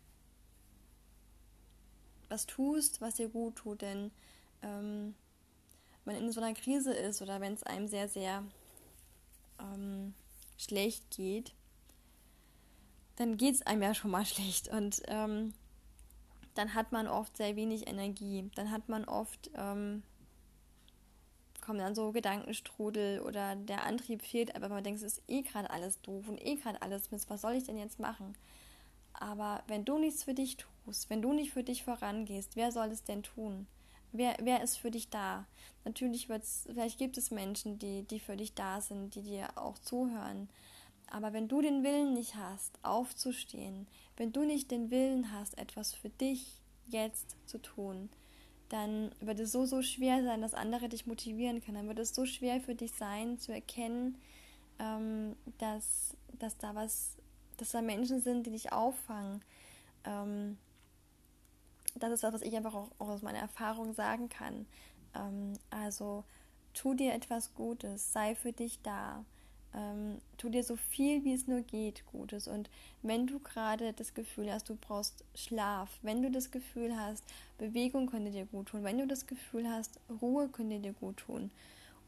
was tust, was dir gut tut. Denn ähm, wenn man in so einer Krise ist oder wenn es einem sehr, sehr ähm, schlecht geht, dann geht es einem ja schon mal schlecht. Und ähm, dann hat man oft sehr wenig Energie. Dann hat man oft... Ähm, kommen dann so Gedankenstrudel oder der Antrieb fehlt, aber man denkt, es ist eh gerade alles doof und eh gerade alles Mist, was soll ich denn jetzt machen? Aber wenn du nichts für dich tust, wenn du nicht für dich vorangehst, wer soll es denn tun? Wer, wer ist für dich da? Natürlich wird's, vielleicht gibt es Menschen, die, die für dich da sind, die dir auch zuhören. Aber wenn du den Willen nicht hast, aufzustehen, wenn du nicht den Willen hast, etwas für dich jetzt zu tun, dann wird es so, so schwer sein, dass andere dich motivieren können. Dann wird es so schwer für dich sein, zu erkennen, ähm, dass, dass da was, dass da Menschen sind, die dich auffangen. Ähm, das ist das, was ich einfach auch, auch aus meiner Erfahrung sagen kann. Ähm, also tu dir etwas Gutes, sei für dich da. Ähm, tu dir so viel, wie es nur geht, Gutes. Und wenn du gerade das Gefühl hast, du brauchst Schlaf, wenn du das Gefühl hast, Bewegung könnte dir gut tun, wenn du das Gefühl hast, Ruhe könnte dir gut tun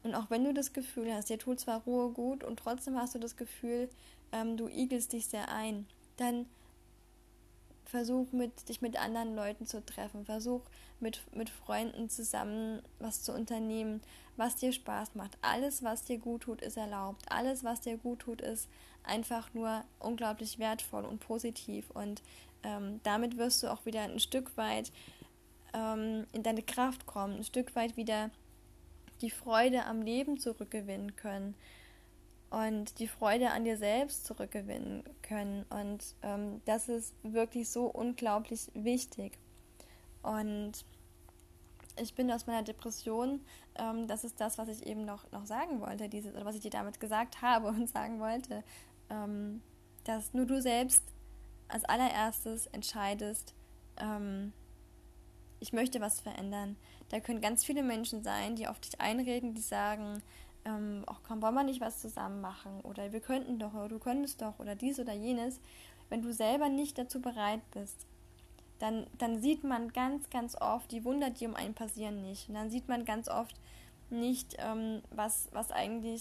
Und auch wenn du das Gefühl hast, dir tut zwar Ruhe gut und trotzdem hast du das Gefühl, ähm, du igelst dich sehr ein, dann versuch mit, dich mit anderen Leuten zu treffen, versuch mit, mit Freunden zusammen was zu unternehmen, was dir Spaß macht. Alles, was dir gut tut, ist erlaubt. Alles, was dir gut tut, ist einfach nur unglaublich wertvoll und positiv. Und ähm, damit wirst du auch wieder ein Stück weit ähm, in deine Kraft kommen, ein Stück weit wieder die Freude am Leben zurückgewinnen können und die Freude an dir selbst zurückgewinnen können. Und ähm, das ist wirklich so unglaublich wichtig. Und ich bin aus meiner Depression, ähm, das ist das, was ich eben noch, noch sagen wollte, dieses, oder was ich dir damit gesagt habe und sagen wollte, ähm, dass nur du selbst als allererstes entscheidest, ähm, ich möchte was verändern. Da können ganz viele Menschen sein, die auf dich einreden, die sagen, ähm, ach komm, wollen wir nicht was zusammen machen? Oder wir könnten doch, oder du könntest doch, oder dies oder jenes. Wenn du selber nicht dazu bereit bist, dann, dann sieht man ganz, ganz oft, die Wunder, die um einen passieren, nicht. Und dann sieht man ganz oft nicht, ähm, was, was eigentlich,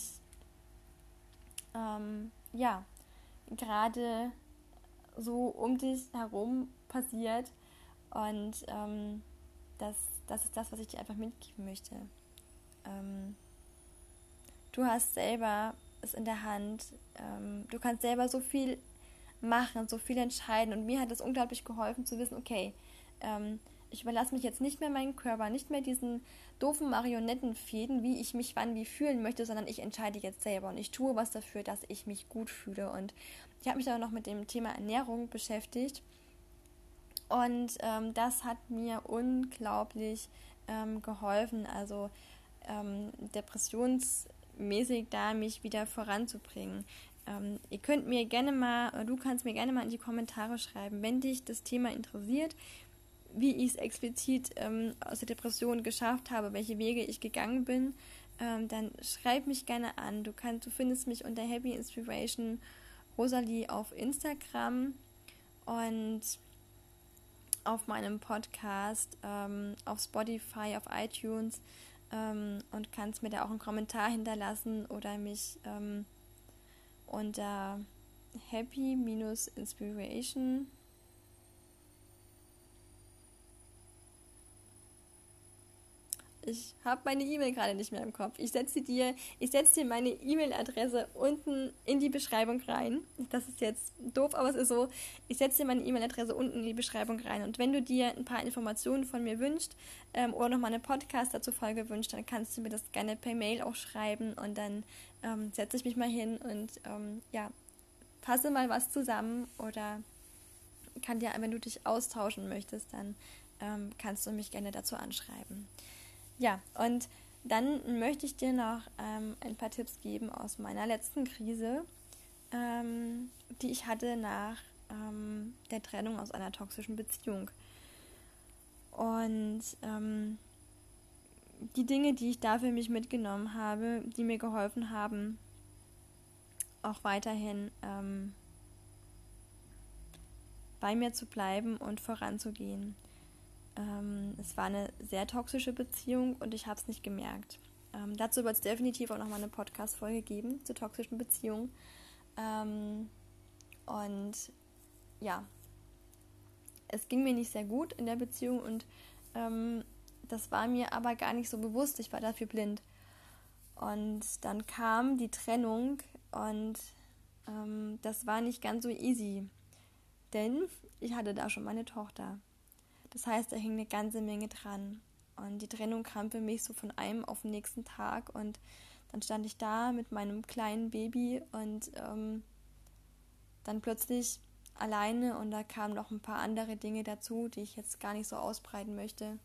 ähm, ja, gerade so um dich herum passiert. Und ähm, das, das ist das, was ich dir einfach mitgeben möchte. Ähm, du hast selber es in der Hand. Ähm, du kannst selber so viel machen, so viel entscheiden. Und mir hat es unglaublich geholfen zu wissen, okay, ähm, ich überlasse mich jetzt nicht mehr meinen Körper, nicht mehr diesen doofen Marionettenfäden, wie ich mich wann wie fühlen möchte, sondern ich entscheide jetzt selber und ich tue was dafür, dass ich mich gut fühle. Und ich habe mich dann noch mit dem Thema Ernährung beschäftigt. Und ähm, das hat mir unglaublich ähm, geholfen, also ähm, depressionsmäßig da mich wieder voranzubringen. Ähm, ihr könnt mir gerne mal, oder du kannst mir gerne mal in die Kommentare schreiben, wenn dich das Thema interessiert, wie ich es explizit ähm, aus der Depression geschafft habe, welche Wege ich gegangen bin, ähm, dann schreib mich gerne an. Du kannst, du findest mich unter Happy Inspiration Rosalie auf Instagram und auf meinem Podcast, ähm, auf Spotify, auf iTunes ähm, und kannst mir da auch einen Kommentar hinterlassen oder mich ähm, unter Happy-Inspiration Ich habe meine E-Mail gerade nicht mehr im Kopf. Ich setze dir, ich setze dir meine E-Mail-Adresse unten in die Beschreibung rein. Das ist jetzt doof, aber es ist so. Ich setze dir meine E-Mail-Adresse unten in die Beschreibung rein. Und wenn du dir ein paar Informationen von mir wünschst ähm, oder nochmal eine Podcast dazu Folge wünschst, dann kannst du mir das gerne per Mail auch schreiben und dann ähm, setze ich mich mal hin und ähm, ja, fasse mal was zusammen oder kann dir, wenn du dich austauschen möchtest, dann ähm, kannst du mich gerne dazu anschreiben. Ja, und dann möchte ich dir noch ähm, ein paar Tipps geben aus meiner letzten Krise, ähm, die ich hatte nach ähm, der Trennung aus einer toxischen Beziehung. Und ähm, die Dinge, die ich da für mich mitgenommen habe, die mir geholfen haben, auch weiterhin ähm, bei mir zu bleiben und voranzugehen. Ähm, es war eine sehr toxische Beziehung und ich habe es nicht gemerkt. Ähm, dazu wird es definitiv auch nochmal eine Podcast-Folge geben zu toxischen Beziehungen. Ähm, und ja, es ging mir nicht sehr gut in der Beziehung und ähm, das war mir aber gar nicht so bewusst. Ich war dafür blind. Und dann kam die Trennung und ähm, das war nicht ganz so easy, denn ich hatte da schon meine Tochter. Das heißt, da hing eine ganze Menge dran. Und die Trennung kam für mich so von einem auf den nächsten Tag. Und dann stand ich da mit meinem kleinen Baby und ähm, dann plötzlich alleine. Und da kamen noch ein paar andere Dinge dazu, die ich jetzt gar nicht so ausbreiten möchte,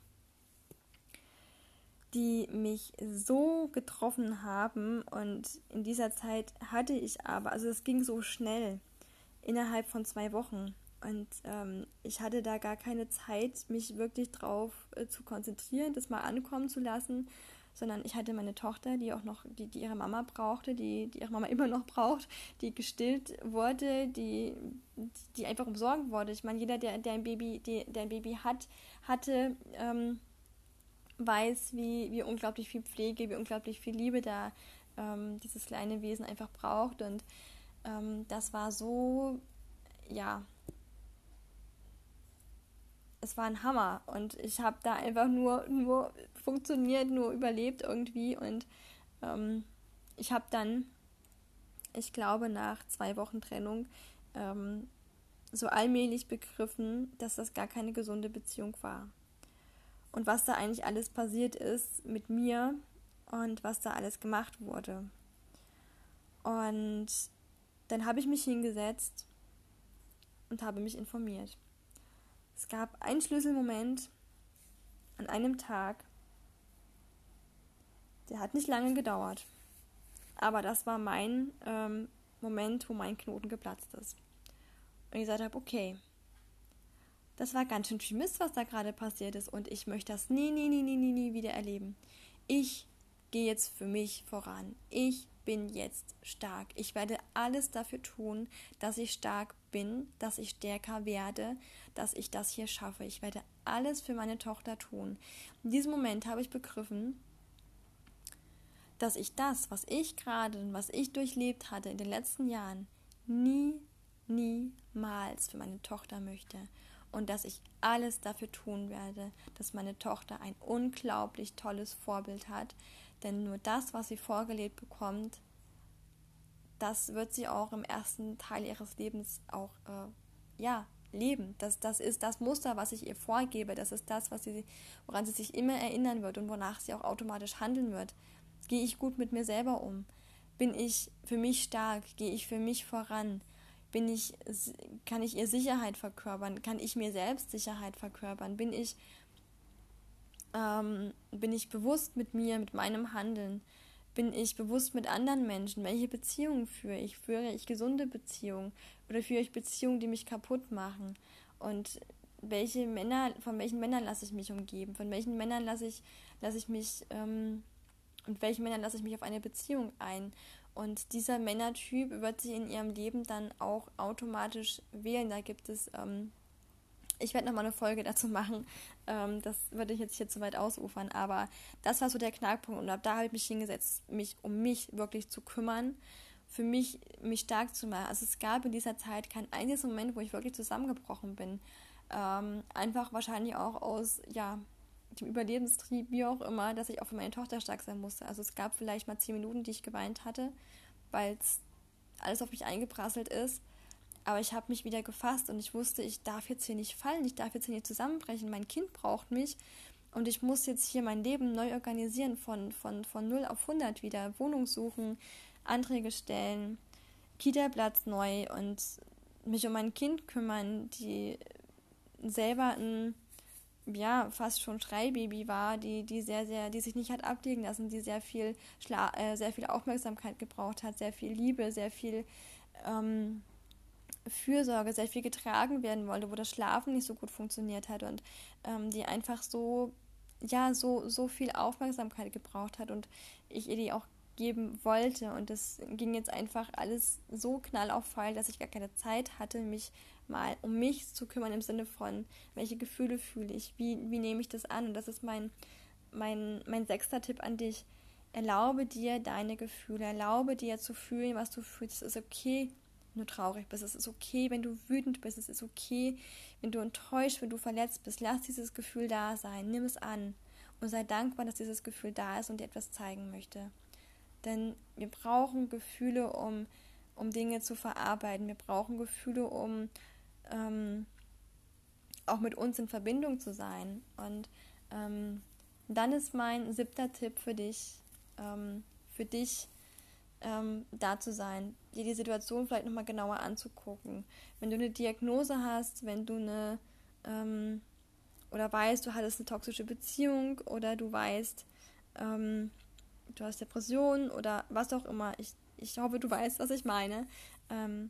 die mich so getroffen haben. Und in dieser Zeit hatte ich aber, also es ging so schnell, innerhalb von zwei Wochen. Und ähm, ich hatte da gar keine Zeit, mich wirklich drauf äh, zu konzentrieren, das mal ankommen zu lassen, sondern ich hatte meine Tochter, die auch noch, die, die ihre Mama brauchte, die, die ihre Mama immer noch braucht, die gestillt wurde, die, die einfach umsorgt wurde. Ich meine, jeder, der, der ein Baby, die, der ein Baby hat, hatte, ähm, weiß, wie, wie unglaublich viel Pflege, wie unglaublich viel Liebe da ähm, dieses kleine Wesen einfach braucht. Und ähm, das war so, ja, es war ein Hammer. Und ich habe da einfach nur, nur funktioniert, nur überlebt irgendwie. Und ähm, ich habe dann, ich glaube, nach zwei Wochen Trennung ähm, so allmählich begriffen, dass das gar keine gesunde Beziehung war. Und was da eigentlich alles passiert ist mit mir und was da alles gemacht wurde. Und dann habe ich mich hingesetzt und habe mich informiert. Es gab einen Schlüsselmoment an einem Tag, der hat nicht lange gedauert. Aber das war mein ähm, Moment, wo mein Knoten geplatzt ist. Und ich gesagt habe, okay, das war ganz schön viel Mist, was da gerade passiert ist. Und ich möchte das nie, nie, nie, nie, nie, nie wieder erleben. Ich gehe jetzt für mich voran. Ich bin jetzt stark. Ich werde alles dafür tun, dass ich stark bin, dass ich stärker werde, dass ich das hier schaffe. Ich werde alles für meine Tochter tun. In diesem Moment habe ich begriffen, dass ich das, was ich gerade und was ich durchlebt hatte in den letzten Jahren, nie, niemals für meine Tochter möchte. Und dass ich alles dafür tun werde, dass meine Tochter ein unglaublich tolles Vorbild hat. Denn nur das, was sie vorgelebt bekommt, das wird sie auch im ersten Teil ihres Lebens auch äh, ja, leben. Das, das ist das Muster, was ich ihr vorgebe. Das ist das, was sie, woran sie sich immer erinnern wird und wonach sie auch automatisch handeln wird. Gehe ich gut mit mir selber um? Bin ich für mich stark? Gehe ich für mich voran? Bin ich, kann ich ihr Sicherheit verkörpern? Kann ich mir selbst Sicherheit verkörpern? Bin ich, ähm, bin ich bewusst mit mir, mit meinem Handeln? Bin ich bewusst mit anderen Menschen? Welche Beziehungen führe ich? Führe ich gesunde Beziehungen? Oder führe ich Beziehungen, die mich kaputt machen? Und welche Männer, von welchen Männern lasse ich mich umgeben? Von welchen Männern lasse ich, lasse ich mich, ähm, und welchen Männern lasse ich mich auf eine Beziehung ein? Und dieser Männertyp wird sich in ihrem Leben dann auch automatisch wählen. Da gibt es, ähm, ich werde nochmal eine Folge dazu machen, ähm, das würde ich jetzt hier zu weit ausufern, aber das war so der Knackpunkt und ab da habe ich mich hingesetzt, mich um mich wirklich zu kümmern, für mich, mich stark zu machen. Also es gab in dieser Zeit kein einziges Moment, wo ich wirklich zusammengebrochen bin. Ähm, einfach wahrscheinlich auch aus, ja, dem Überlebenstrieb, wie auch immer, dass ich auch für meine Tochter stark sein musste. Also es gab vielleicht mal zehn Minuten, die ich geweint hatte, weil es alles auf mich eingeprasselt ist. Aber ich habe mich wieder gefasst und ich wusste, ich darf jetzt hier nicht fallen, ich darf jetzt hier nicht zusammenbrechen. Mein Kind braucht mich und ich muss jetzt hier mein Leben neu organisieren, von, von, von null auf hundert wieder. Wohnung suchen, Anträge stellen, Kita-Platz neu und mich um mein Kind kümmern, die selber ein ja, fast schon Schreibaby war, die, die sehr, sehr, die sich nicht hat ablegen lassen, die sehr viel Schla- äh, sehr viel Aufmerksamkeit gebraucht hat, sehr viel Liebe, sehr viel ähm, Fürsorge, sehr viel getragen werden wollte, wo das Schlafen nicht so gut funktioniert hat und ähm, die einfach so, ja, so, so viel Aufmerksamkeit gebraucht hat und ich ihr die auch geben wollte und das ging jetzt einfach alles so knall auf Fall, dass ich gar keine Zeit hatte, mich mal um mich zu kümmern im Sinne von, welche Gefühle fühle ich, wie, wie nehme ich das an und das ist mein, mein, mein sechster Tipp an dich. Erlaube dir deine Gefühle, erlaube dir zu fühlen, was du fühlst. Es ist okay, wenn du traurig bist, es ist okay, wenn du wütend bist, es ist okay, wenn du enttäuscht, wenn du verletzt bist. Lass dieses Gefühl da sein, nimm es an und sei dankbar, dass dieses Gefühl da ist und dir etwas zeigen möchte. Denn wir brauchen Gefühle, um, um Dinge zu verarbeiten. Wir brauchen Gefühle, um ähm, auch mit uns in Verbindung zu sein. Und ähm, dann ist mein siebter Tipp für dich, ähm, für dich ähm, da zu sein, dir die Situation vielleicht nochmal genauer anzugucken. Wenn du eine Diagnose hast, wenn du eine ähm, oder weißt, du hattest eine toxische Beziehung oder du weißt, ähm, du hast Depressionen oder was auch immer. Ich, ich hoffe, du weißt, was ich meine. Ähm,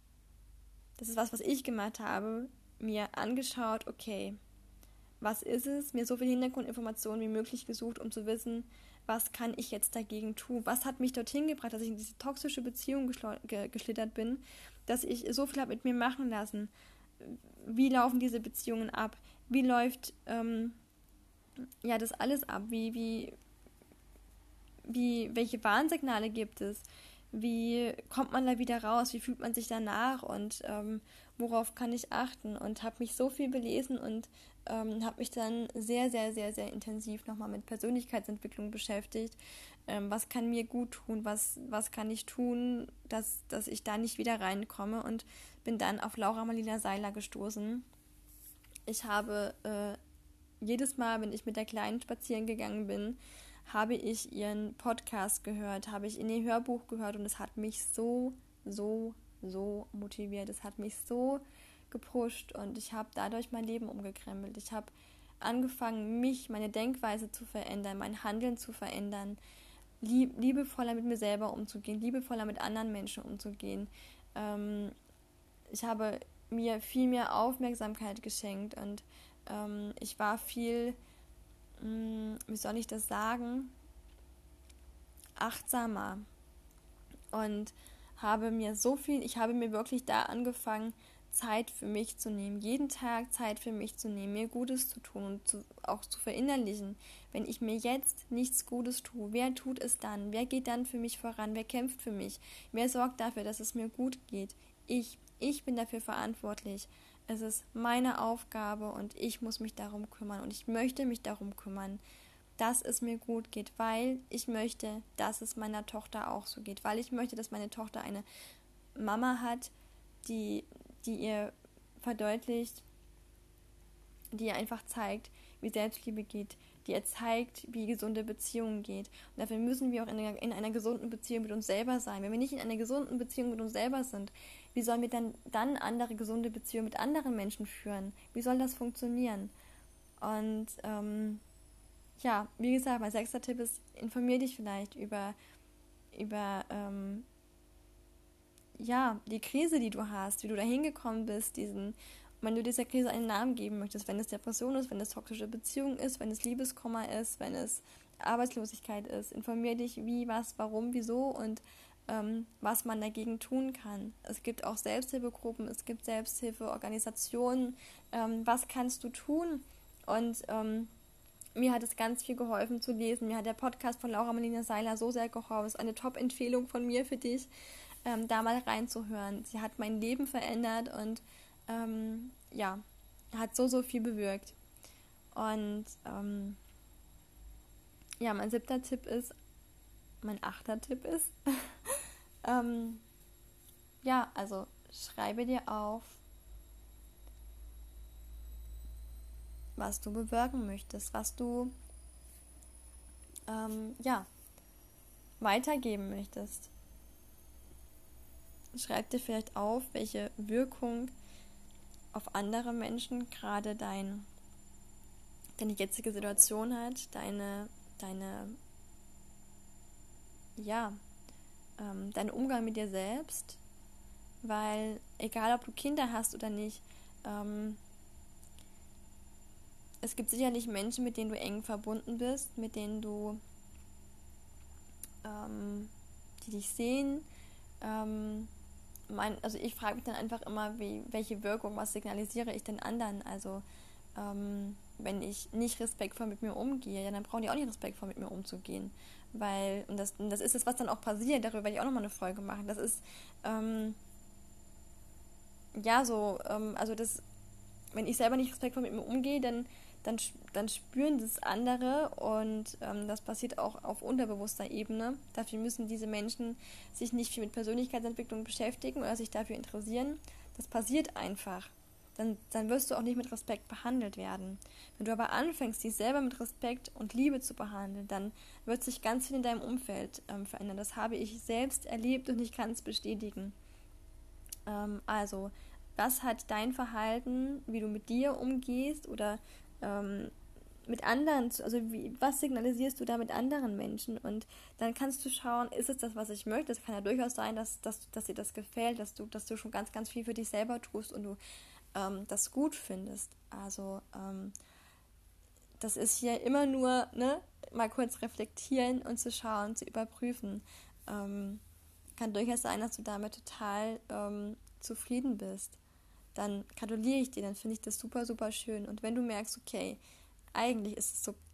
das ist was, was ich gemacht habe. Mir angeschaut, okay, was ist es? Mir so viel Hintergrundinformationen wie möglich gesucht, um zu wissen, was kann ich jetzt dagegen tun? Was hat mich dorthin gebracht, dass ich in diese toxische Beziehung geschl- ge- geschlittert bin, dass ich so viel habe mit mir machen lassen? Wie laufen diese Beziehungen ab? Wie läuft, ähm, ja, das alles ab? Wie, wie, wie, welche Warnsignale gibt es? Wie kommt man da wieder raus? Wie fühlt man sich danach? Und ähm, worauf kann ich achten? Und habe mich so viel belesen und ähm, habe mich dann sehr, sehr, sehr, sehr intensiv nochmal mit Persönlichkeitsentwicklung beschäftigt. Ähm, was kann mir gut tun? Was, was kann ich tun, dass, dass ich da nicht wieder reinkomme? Und bin dann auf Laura Marlina Seiler gestoßen. Ich habe äh, jedes Mal, wenn ich mit der Kleinen spazieren gegangen bin, habe ich ihren Podcast gehört, habe ich in ihr Hörbuch gehört und es hat mich so, so, so motiviert. Es hat mich so gepusht und ich habe dadurch mein Leben umgekrempelt. Ich habe angefangen, mich, meine Denkweise zu verändern, mein Handeln zu verändern, lieb, liebevoller mit mir selber umzugehen, liebevoller mit anderen Menschen umzugehen. Ähm, ich habe mir viel mehr Aufmerksamkeit geschenkt und ähm, ich war viel, mh, wie soll ich das sagen, achtsamer und habe mir so viel, ich habe mir wirklich da angefangen, Zeit für mich zu nehmen, jeden Tag Zeit für mich zu nehmen, mir Gutes zu tun und zu, auch zu verinnerlichen. Wenn ich mir jetzt nichts Gutes tue, wer tut es dann? Wer geht dann für mich voran? Wer kämpft für mich? Wer sorgt dafür, dass es mir gut geht? Ich, ich bin dafür verantwortlich. Es ist meine Aufgabe und ich muss mich darum kümmern und ich möchte mich darum kümmern, dass es mir gut geht, weil ich möchte, dass es meiner Tochter auch so geht, weil ich möchte, dass meine Tochter eine Mama hat, die, die ihr verdeutlicht, die ihr einfach zeigt, wie Selbstliebe geht, die ihr zeigt, wie gesunde Beziehungen geht. Und dafür müssen wir auch in einer, in einer gesunden Beziehung mit uns selber sein. Wenn wir nicht in einer gesunden Beziehung mit uns selber sind, wie sollen wir dann, dann andere gesunde Beziehungen mit anderen Menschen führen? Wie soll das funktionieren? Und ähm, ja, wie gesagt, mein sechster Tipp ist, informier dich vielleicht über, über ähm, ja, die Krise, die du hast, wie du da hingekommen bist, diesen, wenn du dieser Krise einen Namen geben möchtest, wenn es Depression ist, wenn es toxische Beziehung ist, wenn es Liebeskummer ist, wenn es Arbeitslosigkeit ist, informier dich, wie, was, warum, wieso und ähm, was man dagegen tun kann. Es gibt auch Selbsthilfegruppen, es gibt Selbsthilfeorganisationen, ähm, was kannst du tun? Und ähm, mir hat es ganz viel geholfen zu lesen. Mir hat der Podcast von Laura Marlina Seiler so sehr geholfen. Es ist eine Top-Empfehlung von mir für dich, ähm, da mal reinzuhören. Sie hat mein Leben verändert und ähm, ja, hat so, so viel bewirkt. Und ähm, ja, mein siebter Tipp ist, mein achter Tipp ist, ähm, ja, also schreibe dir auf, was du bewirken möchtest, was du ähm, ja, weitergeben möchtest. Schreib dir vielleicht auf, welche Wirkung auf andere Menschen gerade dein, deine jetzige Situation hat, deine, deine, ja, ähm, dein Umgang mit dir selbst, weil egal, ob du Kinder hast oder nicht, ähm, es gibt sicherlich Menschen, mit denen du eng verbunden bist, mit denen du, ähm, die dich sehen, ähm, mein, also ich frage mich dann einfach immer, wie, welche Wirkung, was signalisiere ich den anderen, also ähm, wenn ich nicht respektvoll mit mir umgehe, ja, dann brauchen die auch nicht respektvoll mit mir umzugehen, weil, und das, und das ist es, was dann auch passiert, darüber werde ich auch nochmal eine Folge machen, das ist, ähm, ja, so, ähm, also das, wenn ich selber nicht respektvoll mit mir umgehe, dann, dann, dann spüren das andere und ähm, das passiert auch auf unterbewusster Ebene. Dafür müssen diese Menschen sich nicht viel mit Persönlichkeitsentwicklung beschäftigen oder sich dafür interessieren. Das passiert einfach. Dann, dann wirst du auch nicht mit Respekt behandelt werden. Wenn du aber anfängst, dich selber mit Respekt und Liebe zu behandeln, dann wird sich ganz viel in deinem Umfeld ähm, verändern. Das habe ich selbst erlebt und ich kann es bestätigen. Ähm, also, was hat dein Verhalten, wie du mit dir umgehst oder ähm, mit anderen, also wie, was signalisierst du da mit anderen Menschen? Und dann kannst du schauen, ist es das, was ich möchte? Es kann ja durchaus sein, dass, dass, dass dir das gefällt, dass du, dass du schon ganz, ganz viel für dich selber tust und du ähm, das gut findest. Also ähm, das ist hier immer nur, ne, mal kurz reflektieren und zu schauen, zu überprüfen. Ähm, kann durchaus sein, dass du damit total ähm, zufrieden bist. Dann gratuliere ich dir, dann finde ich das super, super schön. Und wenn du merkst, okay, eigentlich ist es so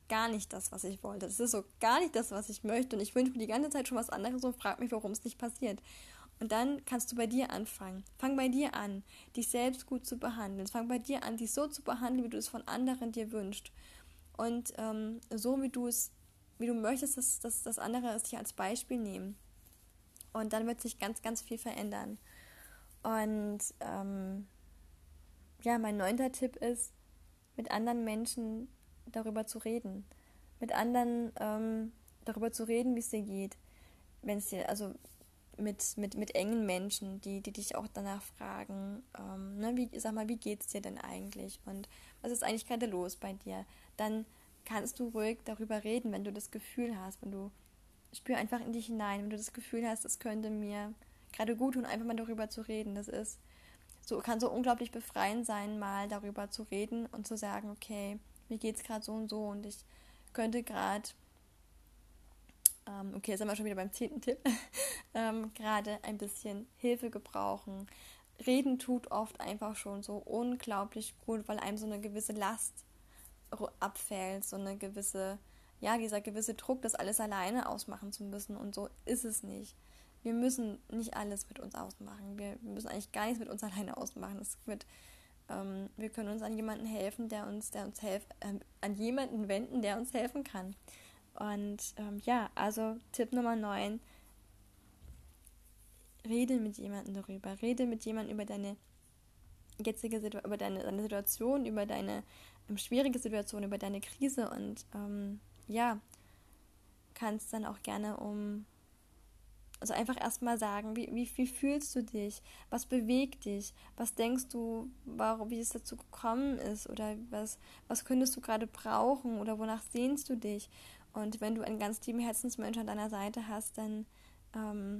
gar nicht das, was ich wollte. Das ist so gar nicht das, was ich möchte. Und ich wünsche mir die ganze Zeit schon was anderes und frage mich, warum es nicht passiert. Und dann kannst du bei dir anfangen. Fang bei dir an, dich selbst gut zu behandeln. Fang bei dir an, dich so zu behandeln, wie du es von anderen dir wünschst. Und ähm, so, wie du es, wie du möchtest, dass, dass das andere es dich als Beispiel nehmen. Und dann wird sich ganz, ganz viel verändern. Und ähm, ja, mein neunter Tipp ist, mit anderen Menschen darüber zu reden. Mit anderen ähm, darüber zu reden, wie es dir geht. Wenn es dir, also mit, mit, mit engen Menschen, die, die dich auch danach fragen, ähm, ne, wie, sag mal, wie geht's dir denn eigentlich? Und was ist eigentlich gerade los bei dir? Dann kannst du ruhig darüber reden, wenn du das Gefühl hast, wenn du, spür einfach in dich hinein, wenn du das Gefühl hast, es könnte mir gerade gut tun, einfach mal darüber zu reden. Das ist so, kann so unglaublich befreiend sein, mal darüber zu reden und zu sagen, okay, mir geht's gerade so und so und ich könnte gerade, ähm, okay, jetzt sind wir schon wieder beim zehnten Tipp, ähm, gerade ein bisschen Hilfe gebrauchen. Reden tut oft einfach schon so unglaublich gut, weil einem so eine gewisse Last abfällt, so eine gewisse, ja, dieser gewisse Druck, das alles alleine ausmachen zu müssen, und so ist es nicht. Wir müssen nicht alles mit uns ausmachen. Wir müssen eigentlich gar nichts mit uns alleine ausmachen. Es wird, ähm, wir können uns an jemanden helfen, der uns, der uns helft, äh, an jemanden wenden, der uns helfen kann. Und ähm, ja, also Tipp Nummer neun, rede mit jemandem darüber. Rede mit jemandem über deine jetzige Situation, über deine, deine Situation, über deine ähm, schwierige Situation, über deine Krise, und ähm, ja, kannst dann auch gerne um Also einfach erstmal sagen, wie, wie, wie fühlst du dich? Was bewegt dich? Was denkst du, warum, wie es dazu gekommen ist? Oder was, was könntest du gerade brauchen? Oder wonach sehnst du dich? Und wenn du einen ganz lieben Herzensmensch an deiner Seite hast, dann ähm,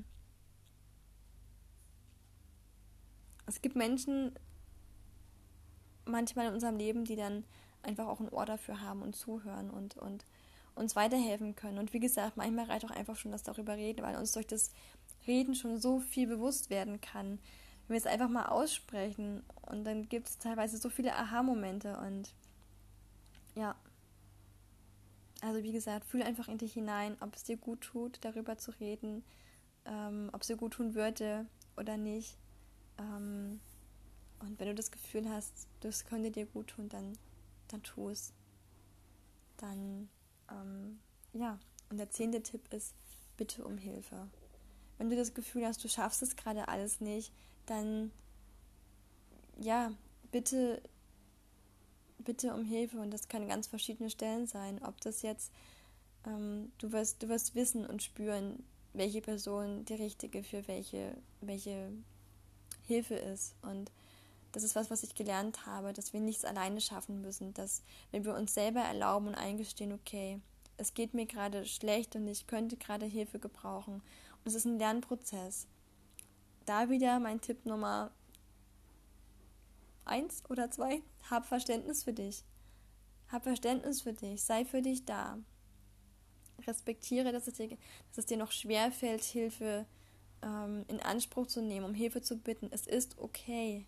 es gibt Menschen manchmal in unserem Leben, die dann einfach auch ein Ohr dafür haben und zuhören und, und uns weiterhelfen können. Und wie gesagt, manchmal reicht auch einfach schon das darüber reden, weil uns durch das Reden schon so viel bewusst werden kann. Wenn wir es einfach mal aussprechen, und dann gibt es teilweise so viele Aha-Momente. Und ja, also wie gesagt, fühl einfach in dich hinein, ob es dir gut tut, darüber zu reden, ähm, ob es dir gut tun würde oder nicht. Ähm, und wenn du das Gefühl hast, das könnte dir gut tun, dann, dann tu es. Dann Ähm, ja, und der zehnte Tipp ist, bitte um Hilfe. Wenn du das Gefühl hast, du schaffst es gerade alles nicht, dann ja, bitte, bitte um Hilfe, und das können ganz verschiedene Stellen sein. Ob das jetzt, ähm, du wirst, du wirst wissen und spüren, welche Person die richtige für welche, welche Hilfe ist. Und das ist was, was ich gelernt habe, dass wir nichts alleine schaffen müssen, dass wenn wir uns selber erlauben und eingestehen, okay, es geht mir gerade schlecht und ich könnte gerade Hilfe gebrauchen. Und es ist ein Lernprozess. Da wieder mein Tipp Nummer eins oder zwei, hab Verständnis für dich. Hab Verständnis für dich, sei für dich da. Respektiere, dass es dir, dass es dir noch schwerfällt, Hilfe ähm, in Anspruch zu nehmen, um Hilfe zu bitten. Es ist okay.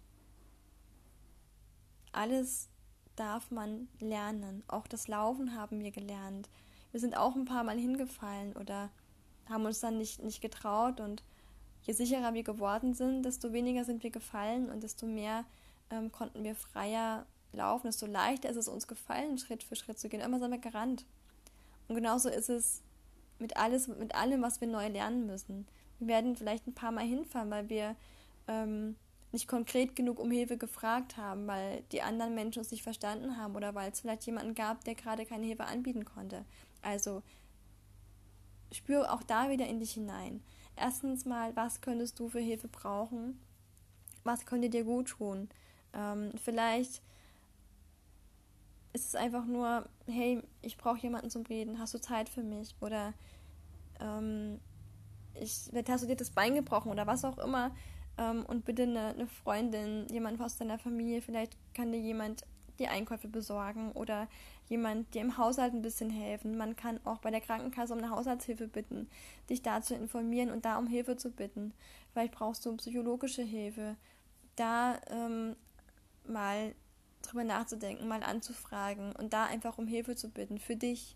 Alles darf man lernen. Auch das Laufen haben wir gelernt. Wir sind auch ein paar Mal hingefallen oder haben uns dann nicht, nicht getraut, und je sicherer wir geworden sind, desto weniger sind wir gefallen und desto mehr ähm, konnten wir freier laufen, desto leichter ist es uns gefallen, Schritt für Schritt zu gehen. Immer sind wir gerannt. Und genauso ist es mit, alles, mit allem, was wir neu lernen müssen. Wir werden vielleicht ein paar Mal hinfallen, weil wir ähm, nicht konkret genug um Hilfe gefragt haben, weil die anderen Menschen uns nicht verstanden haben oder weil es vielleicht jemanden gab, der gerade keine Hilfe anbieten konnte. Also spür auch da wieder in dich hinein. Erstens mal, was könntest du für Hilfe brauchen? Was könnte dir gut tun? Ähm, vielleicht ist es einfach nur, hey, ich brauche jemanden zum Reden, hast du Zeit für mich? Oder ähm, ich, hast du dir das Bein gebrochen oder was auch immer, ähm, und bitte eine, eine Freundin, jemand aus deiner Familie, vielleicht kann dir jemand die Einkäufe besorgen oder jemand dir im Haushalt ein bisschen helfen. Man kann auch bei der Krankenkasse um eine Haushaltshilfe bitten, dich da zu informieren und da um Hilfe zu bitten. Vielleicht brauchst du psychologische Hilfe, da ähm, mal drüber nachzudenken, mal anzufragen und da einfach um Hilfe zu bitten für dich.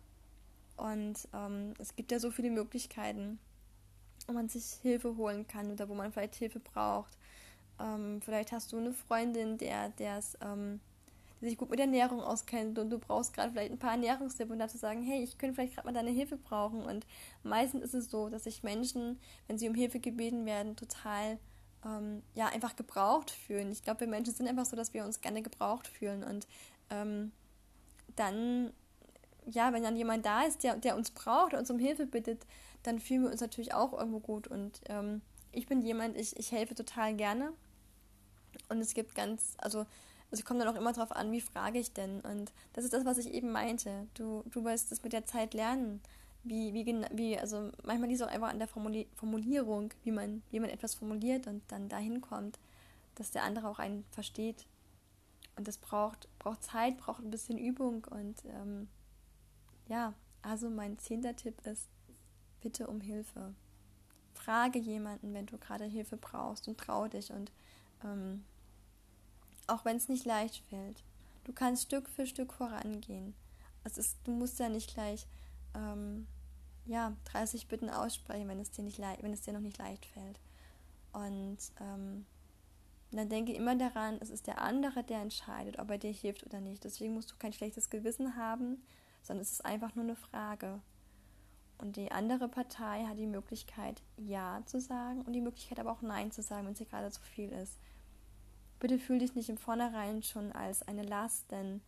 Und ähm, es gibt ja so viele Möglichkeiten, wo man sich Hilfe holen kann oder wo man vielleicht Hilfe braucht. Ähm, vielleicht hast du eine Freundin, der der's, ähm, die sich gut mit Ernährung auskennt und du brauchst gerade vielleicht ein paar Ernährungstipps und dazu sagen, hey, ich könnte vielleicht gerade mal deine Hilfe brauchen. Und meistens ist es so, dass sich Menschen, wenn sie um Hilfe gebeten werden, total ähm, ja, einfach gebraucht fühlen. Ich glaube, wir Menschen sind einfach so, dass wir uns gerne gebraucht fühlen und ähm, dann, ja, wenn dann jemand da ist, der, der uns braucht, der uns um Hilfe bittet, dann fühlen wir uns natürlich auch irgendwo gut. Und ähm, ich bin jemand, ich, ich helfe total gerne. Und es gibt ganz, also es kommt dann auch immer darauf an, wie frage ich denn. Und das ist das, was ich eben meinte. Du, du wirst es mit der Zeit lernen. Wie, wie, wie, also manchmal liegt es auch einfach an der Formuli- Formulierung, wie man, wie man etwas formuliert und dann dahin kommt, dass der andere auch einen versteht. Und das braucht, braucht Zeit, braucht ein bisschen Übung. Und ähm, ja, also mein zehnter Tipp ist, bitte um Hilfe. Frage jemanden, wenn du gerade Hilfe brauchst und trau dich. Und ähm, auch wenn es nicht leicht fällt, du kannst Stück für Stück vorangehen. Es ist, du musst ja nicht gleich ähm, ja, dreißig Bitten aussprechen, wenn es dir, nicht le- wenn es dir noch nicht leicht fällt. Und ähm, dann denke immer daran, es ist der andere, der entscheidet, ob er dir hilft oder nicht. Deswegen musst du kein schlechtes Gewissen haben, sondern es ist einfach nur eine Frage. Und die andere Partei hat die Möglichkeit, Ja zu sagen und die Möglichkeit aber auch Nein zu sagen, wenn es dir gerade zu viel ist. Bitte fühl dich nicht im Vornherein schon als eine Last, denn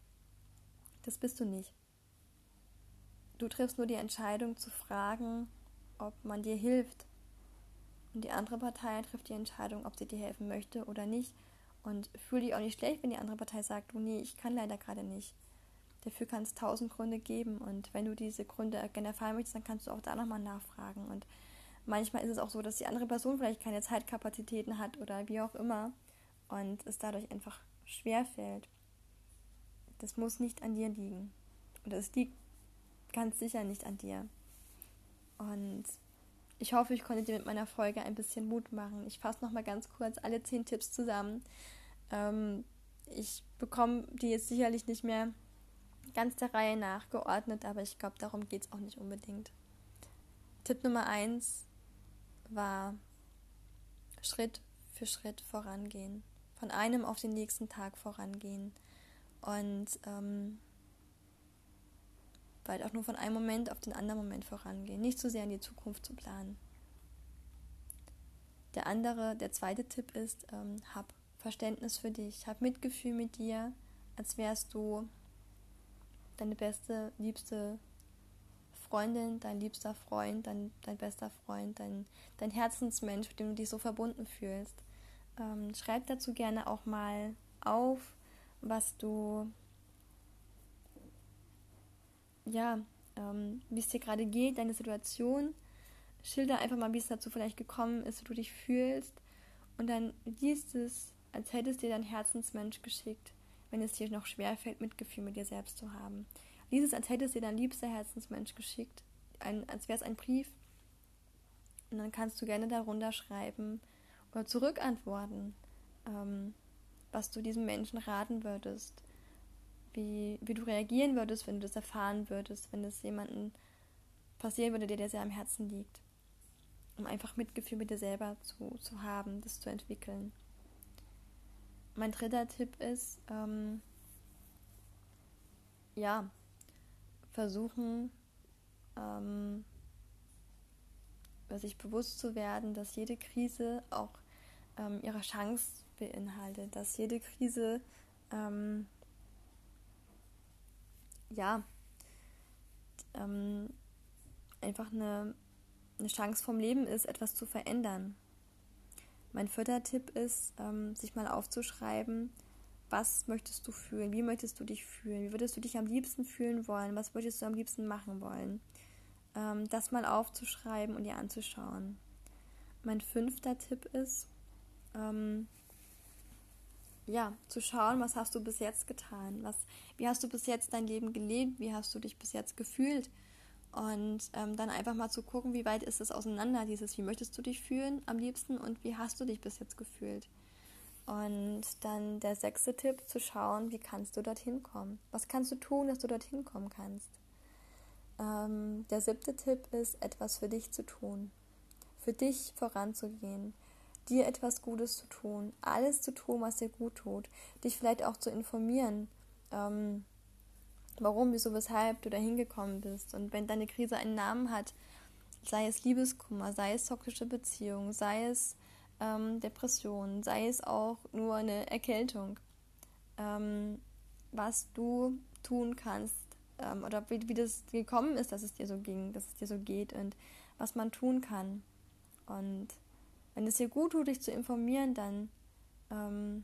das bist du nicht. Du triffst nur die Entscheidung zu fragen, ob man dir hilft. Und die andere Partei trifft die Entscheidung, ob sie dir helfen möchte oder nicht. Und fühl dich auch nicht schlecht, wenn die andere Partei sagt, oh nee, ich kann leider gerade nicht. Dafür kann es tausend Gründe geben. Und wenn du diese Gründe gerne erfahren möchtest, dann kannst du auch da nochmal nachfragen. Und manchmal ist es auch so, dass die andere Person vielleicht keine Zeitkapazitäten hat oder wie auch immer. Und es dadurch einfach schwer fällt. Das muss nicht an dir liegen. Oder es liegt ganz sicher nicht an dir. Und ich hoffe, ich konnte dir mit meiner Folge ein bisschen Mut machen. Ich fasse nochmal ganz kurz alle zehn Tipps zusammen. Ähm, ich bekomme die jetzt sicherlich nicht mehr ganz der Reihe nach geordnet, aber ich glaube, darum geht es auch nicht unbedingt. Tipp Nummer eins war Schritt für Schritt vorangehen. Von einem auf den nächsten Tag vorangehen. Und ähm, bald auch nur von einem Moment auf den anderen Moment vorangehen. Nicht zu sehr in die Zukunft zu planen. Der andere, der zweite Tipp ist, ähm, hab Verständnis für dich, hab Mitgefühl mit dir, als wärst du deine beste, liebste Freundin, dein liebster Freund, dein, dein bester Freund, dein, dein Herzensmensch, mit dem du dich so verbunden fühlst. Ähm, schreib dazu gerne auch mal auf, was du, ja, ähm, wie es dir gerade geht, deine Situation. Schilder einfach mal, wie es dazu vielleicht gekommen ist, wie du dich fühlst. Und dann liest es, als hättest dir dein Herzensmensch geschickt, wenn es dir noch schwerfällt, Mitgefühl mit dir selbst zu haben. Lies es, als hättest dir dein liebster Herzensmensch geschickt, ein, als wäre es ein Brief. Und dann kannst du gerne darunter schreiben oder zurückantworten, ähm, was du diesem Menschen raten würdest, wie, wie du reagieren würdest, wenn du das erfahren würdest, wenn es jemandem passieren würde, der dir sehr am Herzen liegt. Um einfach Mitgefühl mit dir selber zu, zu haben, das zu entwickeln. Mein dritter Tipp ist, ähm, ja, versuchen, ähm, sich bewusst zu werden, dass jede Krise auch ähm, ihre Chance beinhaltet, dass jede Krise, ähm, ja, ähm, einfach eine, eine Chance vom Leben ist, etwas zu verändern. Mein vierter Tipp ist, ähm, sich mal aufzuschreiben, was möchtest du fühlen, wie möchtest du dich fühlen, wie würdest du dich am liebsten fühlen wollen, was würdest du am liebsten machen wollen. Ähm, das mal aufzuschreiben und dir anzuschauen. Mein fünfter Tipp ist, ähm, ja, zu schauen, was hast du bis jetzt getan, was, wie hast du bis jetzt dein Leben gelebt, wie hast du dich bis jetzt gefühlt und ähm, dann einfach mal zu gucken, wie weit ist es auseinander, dieses, wie möchtest du dich fühlen am liebsten und wie hast du dich bis jetzt gefühlt. Und dann der sechste Tipp, zu schauen, wie kannst du dorthin kommen? Was kannst du tun, dass du dorthin kommen kannst? Ähm, der siebte Tipp ist, etwas für dich zu tun. Für dich voranzugehen. Dir etwas Gutes zu tun. Alles zu tun, was dir gut tut. Dich vielleicht auch zu informieren, ähm, warum, wieso, weshalb du da hingekommen bist. Und wenn deine Krise einen Namen hat, sei es Liebeskummer, sei es toxische Beziehung, sei es ähm, Depression, sei es auch nur eine Erkältung, ähm, was du tun kannst ähm, oder wie, wie das gekommen ist, dass es dir so ging, dass es dir so geht und was man tun kann. Und wenn es dir gut tut, dich zu informieren, dann ähm,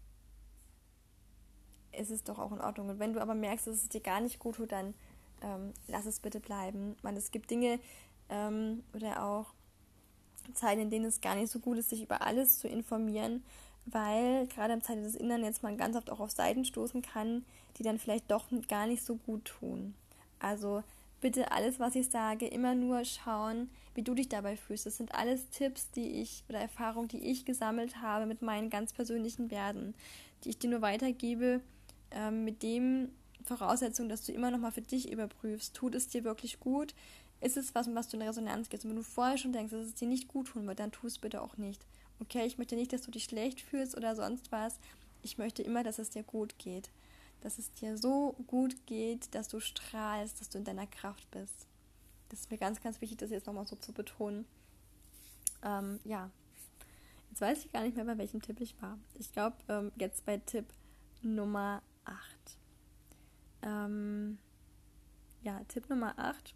ist es doch auch in Ordnung. Und wenn du aber merkst, dass es dir gar nicht gut tut, dann ähm, lass es bitte bleiben. Man, es gibt Dinge ähm, oder auch Zeiten, in denen es gar nicht so gut ist, sich über alles zu informieren, weil gerade im Zeitalter des Internets man ganz oft auch auf Seiten stoßen kann, die dann vielleicht doch gar nicht so gut tun. Also bitte alles, was ich sage, immer nur schauen, wie du dich dabei fühlst. Das sind alles Tipps, die ich oder Erfahrungen, die ich gesammelt habe mit meinen ganz persönlichen Werten, die ich dir nur weitergebe, ähm, mit dem Voraussetzung, dass du immer noch mal für dich überprüfst, tut es dir wirklich gut? Ist es was, was du in Resonanz gehst? Und wenn du vorher schon denkst, dass es dir nicht gut tun wird, dann tu es bitte auch nicht. Okay, ich möchte nicht, dass du dich schlecht fühlst oder sonst was. Ich möchte immer, dass es dir gut geht. Dass es dir so gut geht, dass du strahlst, dass du in deiner Kraft bist. Das ist mir ganz, ganz wichtig, das jetzt nochmal so zu betonen. Ähm, ja, jetzt weiß ich gar nicht mehr, bei welchem Tipp ich war. Ich glaube, ähm, jetzt bei Tipp Nummer acht. Ähm, ja, Tipp Nummer acht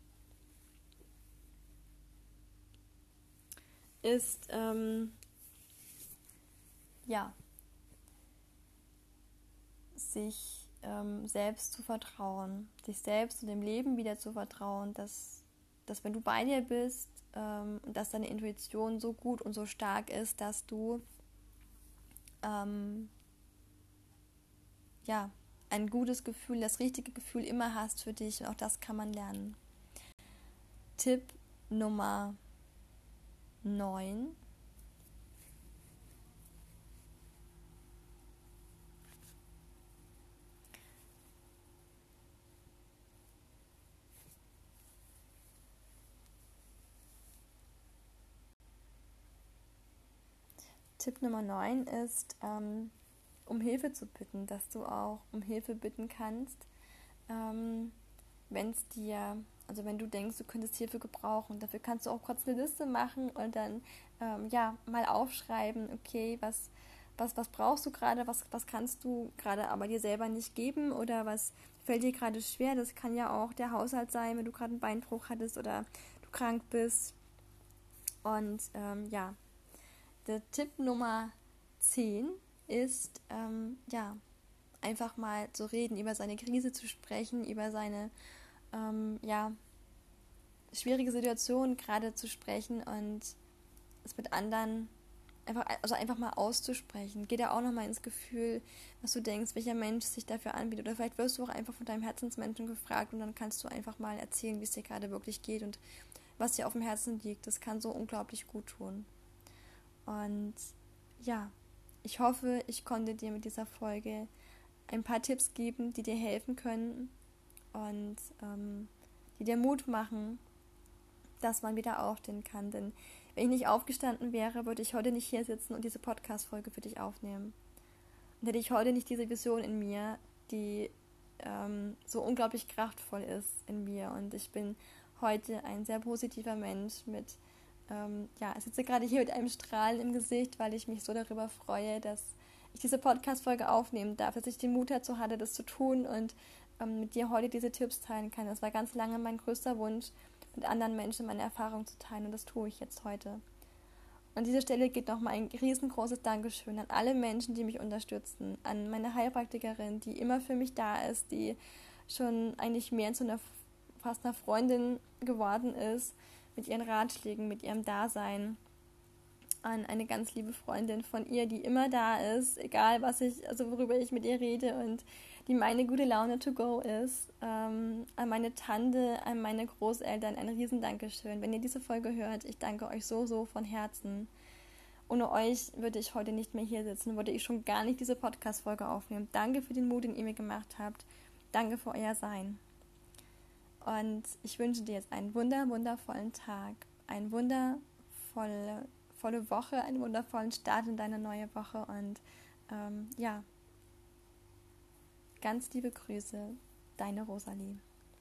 ist, ähm, ja, sich ähm, selbst zu vertrauen, sich selbst und dem Leben wieder zu vertrauen, dass, dass wenn du bei dir bist ähm, und dass deine Intuition so gut und so stark ist, dass du ähm, ja, ein gutes Gefühl, das richtige Gefühl immer hast für dich und auch das kann man lernen. Tipp Nummer neun. Tipp Nummer neun ist, ähm, um Hilfe zu bitten, dass du auch um Hilfe bitten kannst, ähm, wenn es dir, also wenn du denkst, du könntest Hilfe gebrauchen. Dafür kannst du auch kurz eine Liste machen und dann ähm, ja mal aufschreiben, okay, was, was, was brauchst du gerade, was, was kannst du gerade aber dir selber nicht geben oder was fällt dir gerade schwer. Das kann ja auch der Haushalt sein, wenn du gerade einen Beinbruch hattest oder du krank bist. Und ähm, ja, der Tipp Nummer zehn ist, ähm, ja, einfach mal zu reden, über seine Krise zu sprechen, über seine ähm, ja, schwierige Situation gerade zu sprechen und es mit anderen einfach, also einfach mal auszusprechen. Geh da auch nochmal ins Gefühl, was du denkst, welcher Mensch sich dafür anbietet. Oder vielleicht wirst du auch einfach von deinem Herzensmenschen gefragt und dann kannst du einfach mal erzählen, wie es dir gerade wirklich geht und was dir auf dem Herzen liegt. Das kann so unglaublich gut tun. Und ja, ich hoffe, ich konnte dir mit dieser Folge ein paar Tipps geben, die dir helfen können und ähm, die dir Mut machen, dass man wieder aufstehen kann. Denn wenn ich nicht aufgestanden wäre, würde ich heute nicht hier sitzen und diese Podcast-Folge für dich aufnehmen. Und hätte ich heute nicht diese Vision in mir, die ähm, so unglaublich kraftvoll ist in mir. Und ich bin heute ein sehr positiver Mensch mit, ähm, ja, ich sitze gerade hier mit einem Strahlen im Gesicht, weil ich mich so darüber freue, dass ich diese Podcast-Folge aufnehmen darf, dass ich den Mut dazu hatte, das zu tun und ähm, mit dir heute diese Tipps teilen kann. Das war ganz lange mein größter Wunsch, mit anderen Menschen meine Erfahrung zu teilen und das tue ich jetzt heute. Und an dieser Stelle geht nochmal ein riesengroßes Dankeschön an alle Menschen, die mich unterstützen, an meine Heilpraktikerin, die immer für mich da ist, die schon eigentlich mehr zu einer fast einer Freundin geworden ist, mit ihren Ratschlägen, mit ihrem Dasein, an eine ganz liebe Freundin von ihr, die immer da ist, egal was ich, also worüber ich mit ihr rede und die meine gute Laune to go ist, ähm, an meine Tante, an meine Großeltern ein riesen Dankeschön. Wenn ihr diese Folge hört, ich danke euch so, so von Herzen. Ohne euch würde ich heute nicht mehr hier sitzen, würde ich schon gar nicht diese Podcast-Folge aufnehmen. Danke für den Mut, den ihr mir gemacht habt. Danke für euer Sein. Und ich wünsche dir jetzt einen wunder, wundervollen Tag, eine wundervolle volle Woche, einen wundervollen Start in deine neue Woche und ähm, ja, ganz liebe Grüße, deine Rosalie.